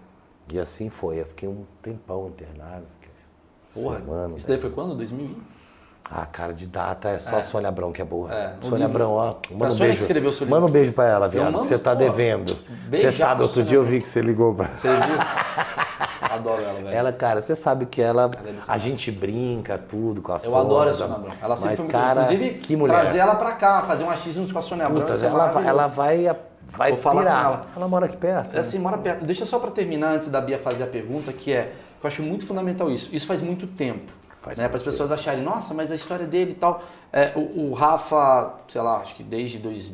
E assim foi, eu fiquei um tempão internado. Porra, semana, isso daí foi quando? 2000? Cara, de data é só a Sônia Abrão que é boa. Sônia livro. Abrão, ó. Manda um beijo. Que escreveu o seu livro. Manda um beijo pra ela, viado, que você tá devendo. Você sabe, outro dia eu vi que você ligou pra ela. Você viu? Adoro ela, velho. Ela, cara, você sabe que a gente brinca tudo com a Sônia. Eu adoro a Sônia Abrão. Ela sempre foi muito... Cara, inclusive, que mulher. Trazer ela pra cá, fazer um achismo com a Sônia Abrão. Ela vai Vou falar pirar. com ela. Ela mora aqui perto. É assim, mora perto. Deixa só pra terminar, antes da Bia fazer a pergunta, que eu acho muito fundamental isso. Isso faz muito tempo. Para as pessoas acharem, nossa, mas a história dele e tal. O Rafa, sei lá, acho que desde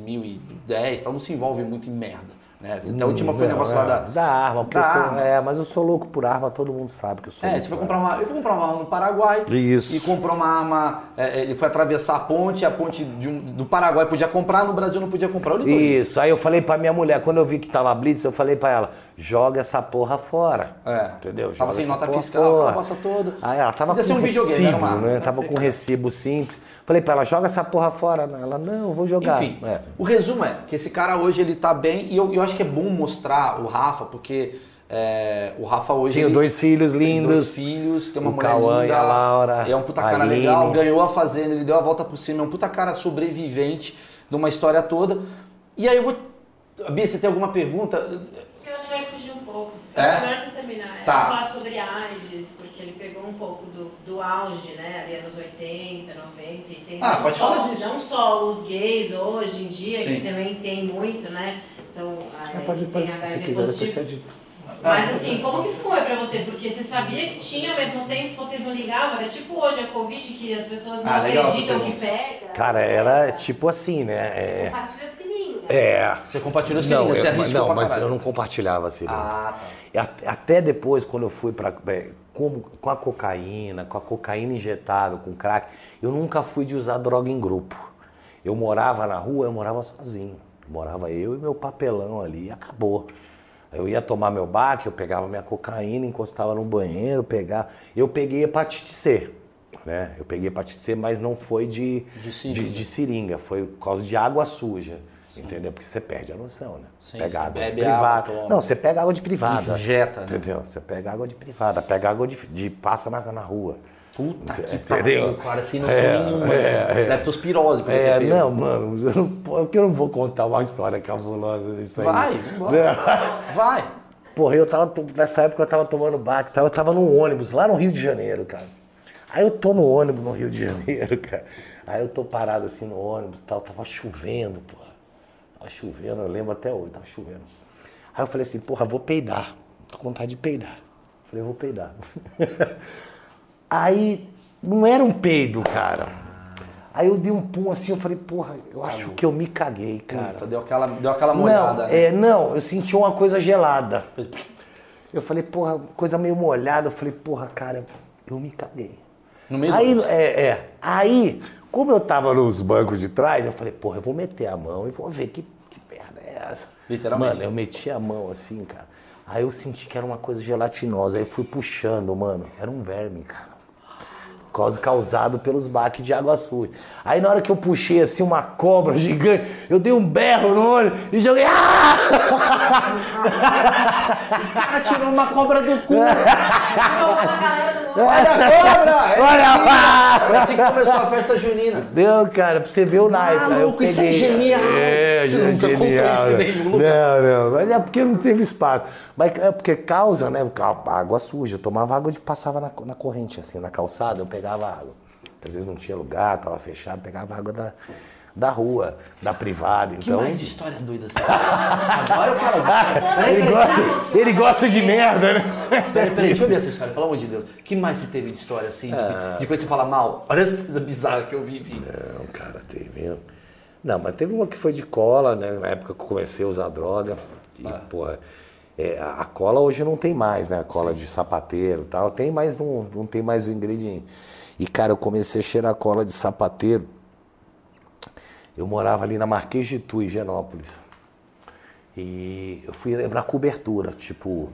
2010 tal, não se envolve muito em merda. Né? A última foi o negócio lá da arma. Porque arma. Mas eu sou louco por arma, todo mundo sabe que eu sou louco. Você foi comprar uma, eu fui comprar uma arma no Paraguai. Isso. E comprou uma arma, ele foi atravessar a ponte do Paraguai podia comprar, no Brasil não podia comprar. Isso, aí eu falei pra minha mulher, quando eu vi que tava blitz, eu falei pra ela, joga essa porra fora. Entendeu? Tava sem nota fiscal, a bosta toda. Aí ela tava com recibo, né? Tava com recibo simples. Falei pra ela, joga essa porra fora. Ela, não, eu vou jogar. Enfim, o resumo é que esse cara hoje ele tá bem, e eu acho que é bom mostrar o Rafa, porque o Rafa hoje... Tem 2 filhos lindos. Tem 2 filhos, tem uma mulher Cauã linda. E a Laura. É um puta cara legal, ganhou a fazenda, ele deu a volta por cima, é um puta cara sobrevivente de uma história toda. E aí eu vou... Bia, você tem alguma pergunta? Eu já ia fugir um pouco. Melhor você terminar. Tá. Falar sobre AIDS, porque ele pegou um pouco do auge, né? Ali anos 80, 90. E tem pode falar disso. Não só os gays hoje em dia, Sim. que também tem muito, né? São, pode, se quiser, depois você edita. Mas assim, como que foi pra você? Porque você sabia que tinha, ao mesmo tempo vocês não ligavam? Era tipo hoje a Covid, que as pessoas não acreditam que pega. Cara, era tipo assim, né? Compartilha sininho. Você compartilhou sininho, você arriscou pra caralho. Eu não compartilhava sininho. Tá. Até depois, quando eu fui com a cocaína injetável, com crack, eu nunca fui de usar droga em grupo. Eu morava na rua, eu morava sozinho. Morava eu e meu papelão ali, e acabou. Eu ia tomar meu baque, eu pegava minha cocaína, encostava no banheiro, eu peguei hepatite C, né? Eu peguei hepatite C, mas não foi de seringa, foi por causa de água suja. Sim. Entendeu? Porque você perde a noção, né? Sim, pega água de privada. Não, você pega água de privada. Injeta, né? Entendeu? Você pega água de privada, pega água de passa na rua. Puta que pariu, cara, sem noção nenhuma. Leptospirose. Não, mano, eu não vou contar uma história cabulosa disso aí. Vai, embora. Vai. Porra, nessa época eu tava tomando baque, eu tava num ônibus lá no Rio de Janeiro, cara. Aí eu tô no ônibus no Rio de Janeiro, cara. Aí eu tô parado assim no ônibus e tal, tava chovendo, porra. Tava chovendo, eu lembro até hoje, tava chovendo. Aí eu falei assim, porra, vou peidar. Tô com vontade de peidar. Falei, eu vou peidar. Aí, não era um peido, cara. Aí eu dei um pum assim, eu falei, porra, eu acho que eu me caguei, cara. Puta, deu aquela molhada. Não, eu senti uma coisa gelada. Eu falei, porra, coisa meio molhada. Eu falei, porra, cara, eu me caguei. No meio aí, do Aí, como eu tava nos bancos de trás, eu falei, porra, eu vou meter a mão e vou ver que merda é essa. Literalmente. Mano, eu meti a mão assim, cara. Aí eu senti que era uma coisa gelatinosa. Aí eu fui puxando, mano. Era um verme, cara. Causado pelos baques de água suja. Aí na hora que eu puxei assim uma cobra gigante, eu dei um berro no olho e joguei. Ah! O cara tirou uma cobra do cu. Olha a cobra! Olha lá! Foi assim que começou a festa junina. Não, cara, pra você ver o naipe. Maluco, isso é genial! Você nunca contou isso em nenhum lugar. Não, mas é porque não teve espaço. Mas é porque causa, né? Água suja. Eu tomava água e passava na corrente, assim, na calçada, eu pegava água. Às vezes não tinha lugar, tava fechado, pegava água da rua, da privada. Então... Que mais de história doida assim? Agora eu falo. Ele gosta de merda, né? Peraí, deixa eu ver essa história, pelo amor de Deus. Que mais você teve de história assim? De coisa que você fala mal? Olha essa coisa bizarra que eu vivi. Não, cara, teve mesmo. Não, mas teve uma que foi de cola, né? Na época que eu comecei a usar droga. E, porra, a cola hoje não tem mais, né? A cola de sapateiro e tal. Tem, mas não tem mais o ingrediente. E, cara, eu comecei a cheirar cola de sapateiro. Eu morava ali na Marquês de Itu, em Higienópolis. E eu fui na cobertura, tipo,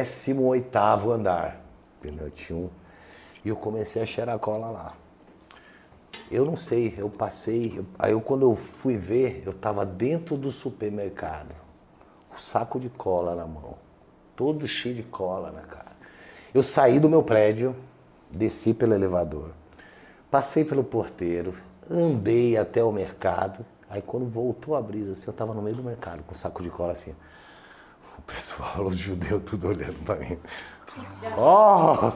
18º andar. Entendeu? E eu comecei a cheirar cola lá. Eu não sei, eu passei... Aí quando eu fui ver, eu tava dentro do supermercado. Com saco de cola na mão. Todo cheio de cola na cara. Eu saí do meu prédio, desci pelo elevador, passei pelo porteiro, andei até o mercado. Aí quando voltou a brisa, assim, eu tava no meio do mercado, com saco de cola assim. O pessoal, os judeus, tudo olhando pra mim. Oh!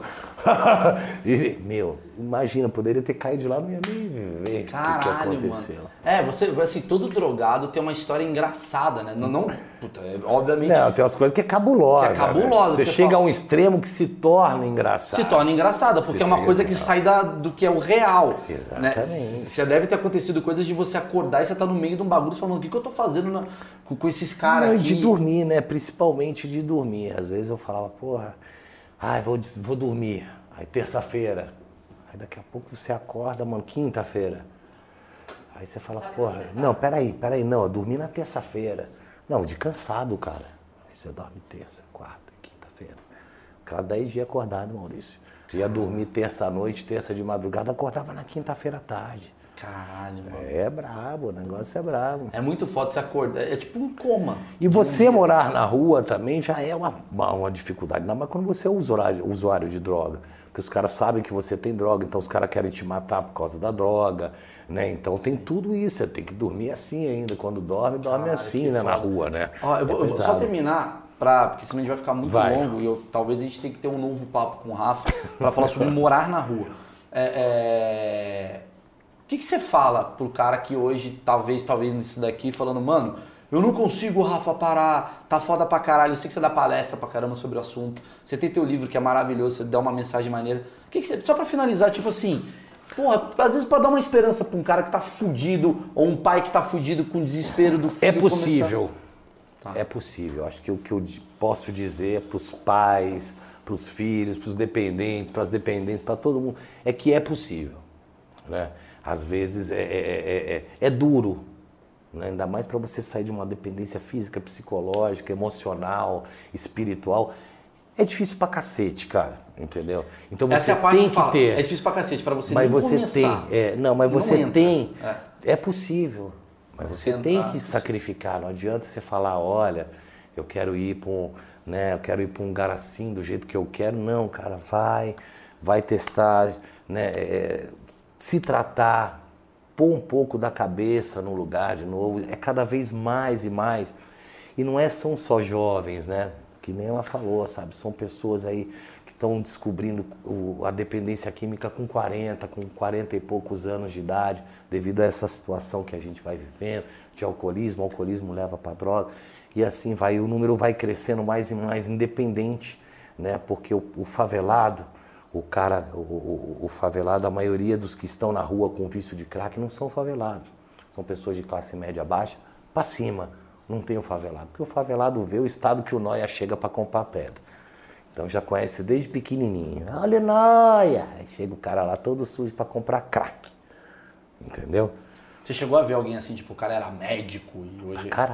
E, meu, imagina, poderia ter caído de lá, não ia nem ver o que aconteceu. Mano. Você, assim, todo drogado tem uma história engraçada, né? Puta, obviamente... Não, tem umas coisas que é cabulosa. Né? Você chega a um extremo que se torna engraçado. Se torna engraçada, porque é uma coisa que sai do que é o real. Exatamente. Né? Já deve ter acontecido coisas de você acordar e você tá no meio de um bagulho falando, o que eu tô fazendo com esses caras aqui? De dormir, né? Principalmente de dormir. Às vezes eu falava, porra... vou dormir. Aí terça-feira. Aí daqui a pouco você acorda, mano, quinta-feira. Aí você fala, porra, não, peraí, não, eu dormi na terça-feira. Não, de cansado, cara. Aí você dorme terça, quarta, quinta-feira. Cada 10 dias acordado, Maurício. Ia dormir terça-noite, terça de madrugada, acordava na quinta-feira à tarde. Caralho, mano. É brabo, o negócio é brabo. É muito foda você acordar, é tipo um coma. E você morar na rua também já é uma dificuldade, ainda mais quando você é usuário de droga. Porque os caras sabem que você tem droga, então os caras querem te matar por causa da droga, né? Então tem tudo isso, você tem que dormir assim ainda. Quando dorme assim, né? Na rua, né? Ó, eu vou só terminar, porque senão a gente vai ficar muito longo e talvez a gente tenha que ter um novo papo com o Rafa para falar sobre morar na rua. O que você fala pro cara que hoje, talvez nisso daqui, falando, mano, eu não consigo, Rafa, parar, tá foda pra caralho, eu sei que você dá palestra pra caramba sobre o assunto, você tem teu livro que é maravilhoso, você dá uma mensagem maneira. Só pra finalizar, tipo assim, porra, às vezes pra dar uma esperança pra um cara que tá fudido, ou um pai que tá fudido com o desespero do filho. É possível. É possível. Acho que o que eu posso dizer pros pais, pros filhos, pros dependentes, pras dependentes, pra todo mundo, é que é possível, né? Às vezes é duro, né? Ainda mais para você sair de uma dependência física, psicológica, emocional, espiritual. É difícil pra cacete, cara, entendeu? Então você tem que ter. É difícil pra cacete, pra você mas nem você começar. Mas você entra. tem. É possível. Mas você tem que isso. sacrificar. Não adianta você falar, olha, eu quero ir para um lugar assim, do jeito que eu quero. Não, cara, vai testar, né? Se tratar, pôr um pouco da cabeça no lugar de novo, é cada vez mais e mais. E não são só jovens, né? Que nem ela falou, sabe? São pessoas aí que estão descobrindo a dependência química com 40 e poucos anos de idade, devido a essa situação que a gente vai vivendo, de alcoolismo. O alcoolismo leva para droga. E assim vai, o número vai crescendo mais e mais, independente, né? Porque o favelado, o favelado, a maioria dos que estão na rua com vício de crack não são favelados. São pessoas de classe média baixa para cima. Não tem o favelado. Porque o favelado vê o estado que o nóia chega para comprar pedra. Então já conhece desde pequenininho. Olha, nóia! Aí chega o cara lá todo sujo pra comprar crack. Entendeu? Você chegou a ver alguém assim, tipo, o cara era médico e hoje... Pra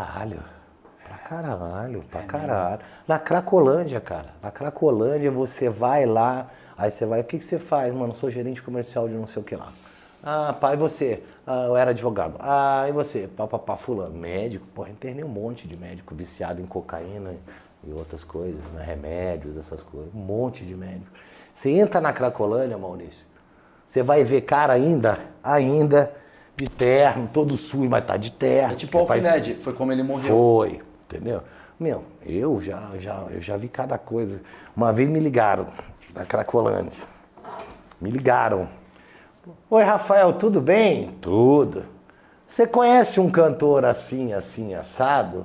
caralho. Na Cracolândia, cara. Na Cracolândia você vai lá, aí você vai, o que você faz? Mano, sou gerente comercial de não sei o que lá. Ah, pai, e você? Ah, eu era advogado. Ah, e você? Papapá, fulano. Médico? Porra, internei um monte de médico viciado em cocaína e outras coisas, né? Remédios, essas coisas. Um monte de médico. Você entra na Cracolândia, Maurício, você vai ver cara ainda de terno, todo sujo, mas tá de terno. É tipo o Alckmin, foi como ele morreu. Foi, entendeu? Meu, eu já vi cada coisa. Uma vez me ligaram da Cracolândia. Me ligaram. Oi, Rafael, tudo bem? Tudo. Você conhece um cantor assim, assado?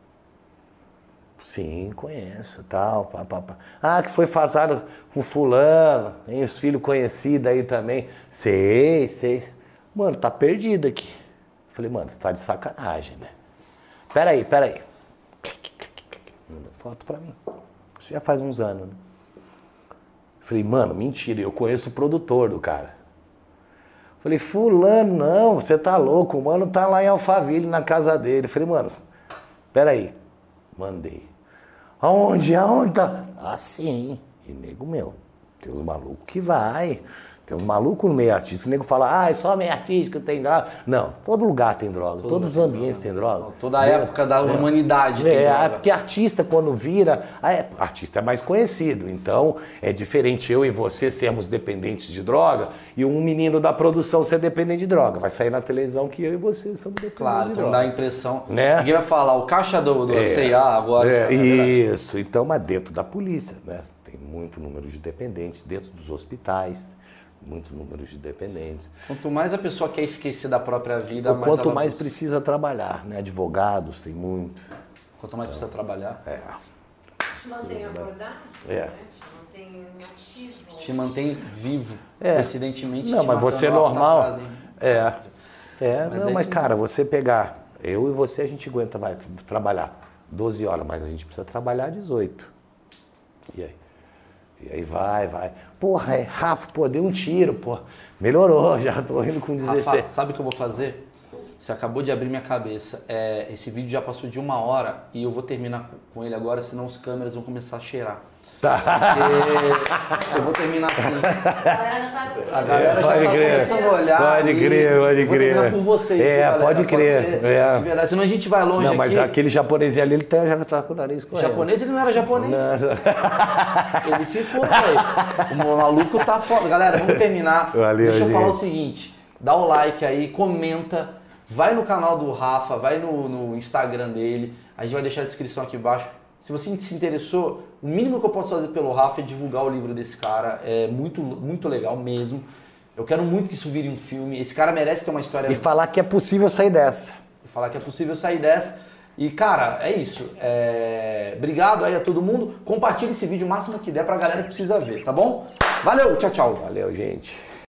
Sim, conheço, tal, pá. Ah, que foi casado com fulano, tem os filhos conhecidos aí também. Sei. Mano, tá perdido aqui. Falei, mano, você tá de sacanagem, né? Peraí. Manda foto pra mim. Isso já faz uns anos, né? Falei, mano, mentira, eu conheço o produtor do cara. Falei, fulano, não, você tá louco, o mano tá lá em Alphaville, na casa dele. Falei, mano, peraí. Mandei. Aonde tá? Assim. E nego meu, tem uns malucos que vai. Tem uns malucos no meio artístico. O nego fala, é só meio artístico tem droga. Não, todo lugar tem droga. Todos os ambientes tem droga. Toda a época da humanidade tem droga. Porque artista, quando vira... artista é mais conhecido. Então, é diferente eu e você sermos dependentes de droga e um menino da produção ser dependente de droga. Vai sair na televisão que eu e você somos dependentes de droga. Claro, então dá a impressão... Né? Ninguém vai falar, o caixa do C&A agora... Isso. Então, mas dentro da polícia, né? Tem muito número de dependentes dentro dos hospitais... Muitos números de dependentes. Quanto mais a pessoa quer esquecer da própria vida, mais quanto mais precisa trabalhar, né? Advogados tem muito. Quanto mais precisa trabalhar. Te mantém acordado? Te mantém ativo. Te mantém vivo. Coincidentemente. Não, mas você é normal. Mas mas cara, você pegar, eu e você a gente aguenta, vai trabalhar 12 horas, mas a gente precisa trabalhar 18. E aí vai. Porra, Rafa, deu um tiro, pô. Melhorou, já tô rindo com 16. Rafa, sabe o que eu vou fazer? Você acabou de abrir minha cabeça. Esse vídeo já passou de 1 hora e eu vou terminar com ele agora, senão os câmeras vão começar a cheirar. Porque eu vou terminar assim. A galera já tá começando a olhar. Pode crer. Vou terminar com vocês. Galera, pode crer. De verdade, senão a gente vai longe. Não, mas aqui. Aquele japonês ali, ele já tá com o nariz correndo. Japonês? Ele não era japonês. Não. Ele ficou, velho. O maluco tá foda. Galera, vamos terminar. Valeu, Deixa eu falar o gente. seguinte. Dá o like aí, comenta. Vai no canal do Rafa, vai no Instagram dele. A gente vai deixar a descrição aqui embaixo. Se você se interessou, o mínimo que eu posso fazer pelo Rafa é divulgar o livro desse cara. É muito, muito legal mesmo. Eu quero muito que isso vire um filme. Esse cara merece ter uma história... E falar que é possível sair dessa. E, cara, é isso. Obrigado aí a todo mundo. Compartilhe esse vídeo o máximo que der pra galera que precisa ver, tá bom? Valeu, tchau. Valeu, gente.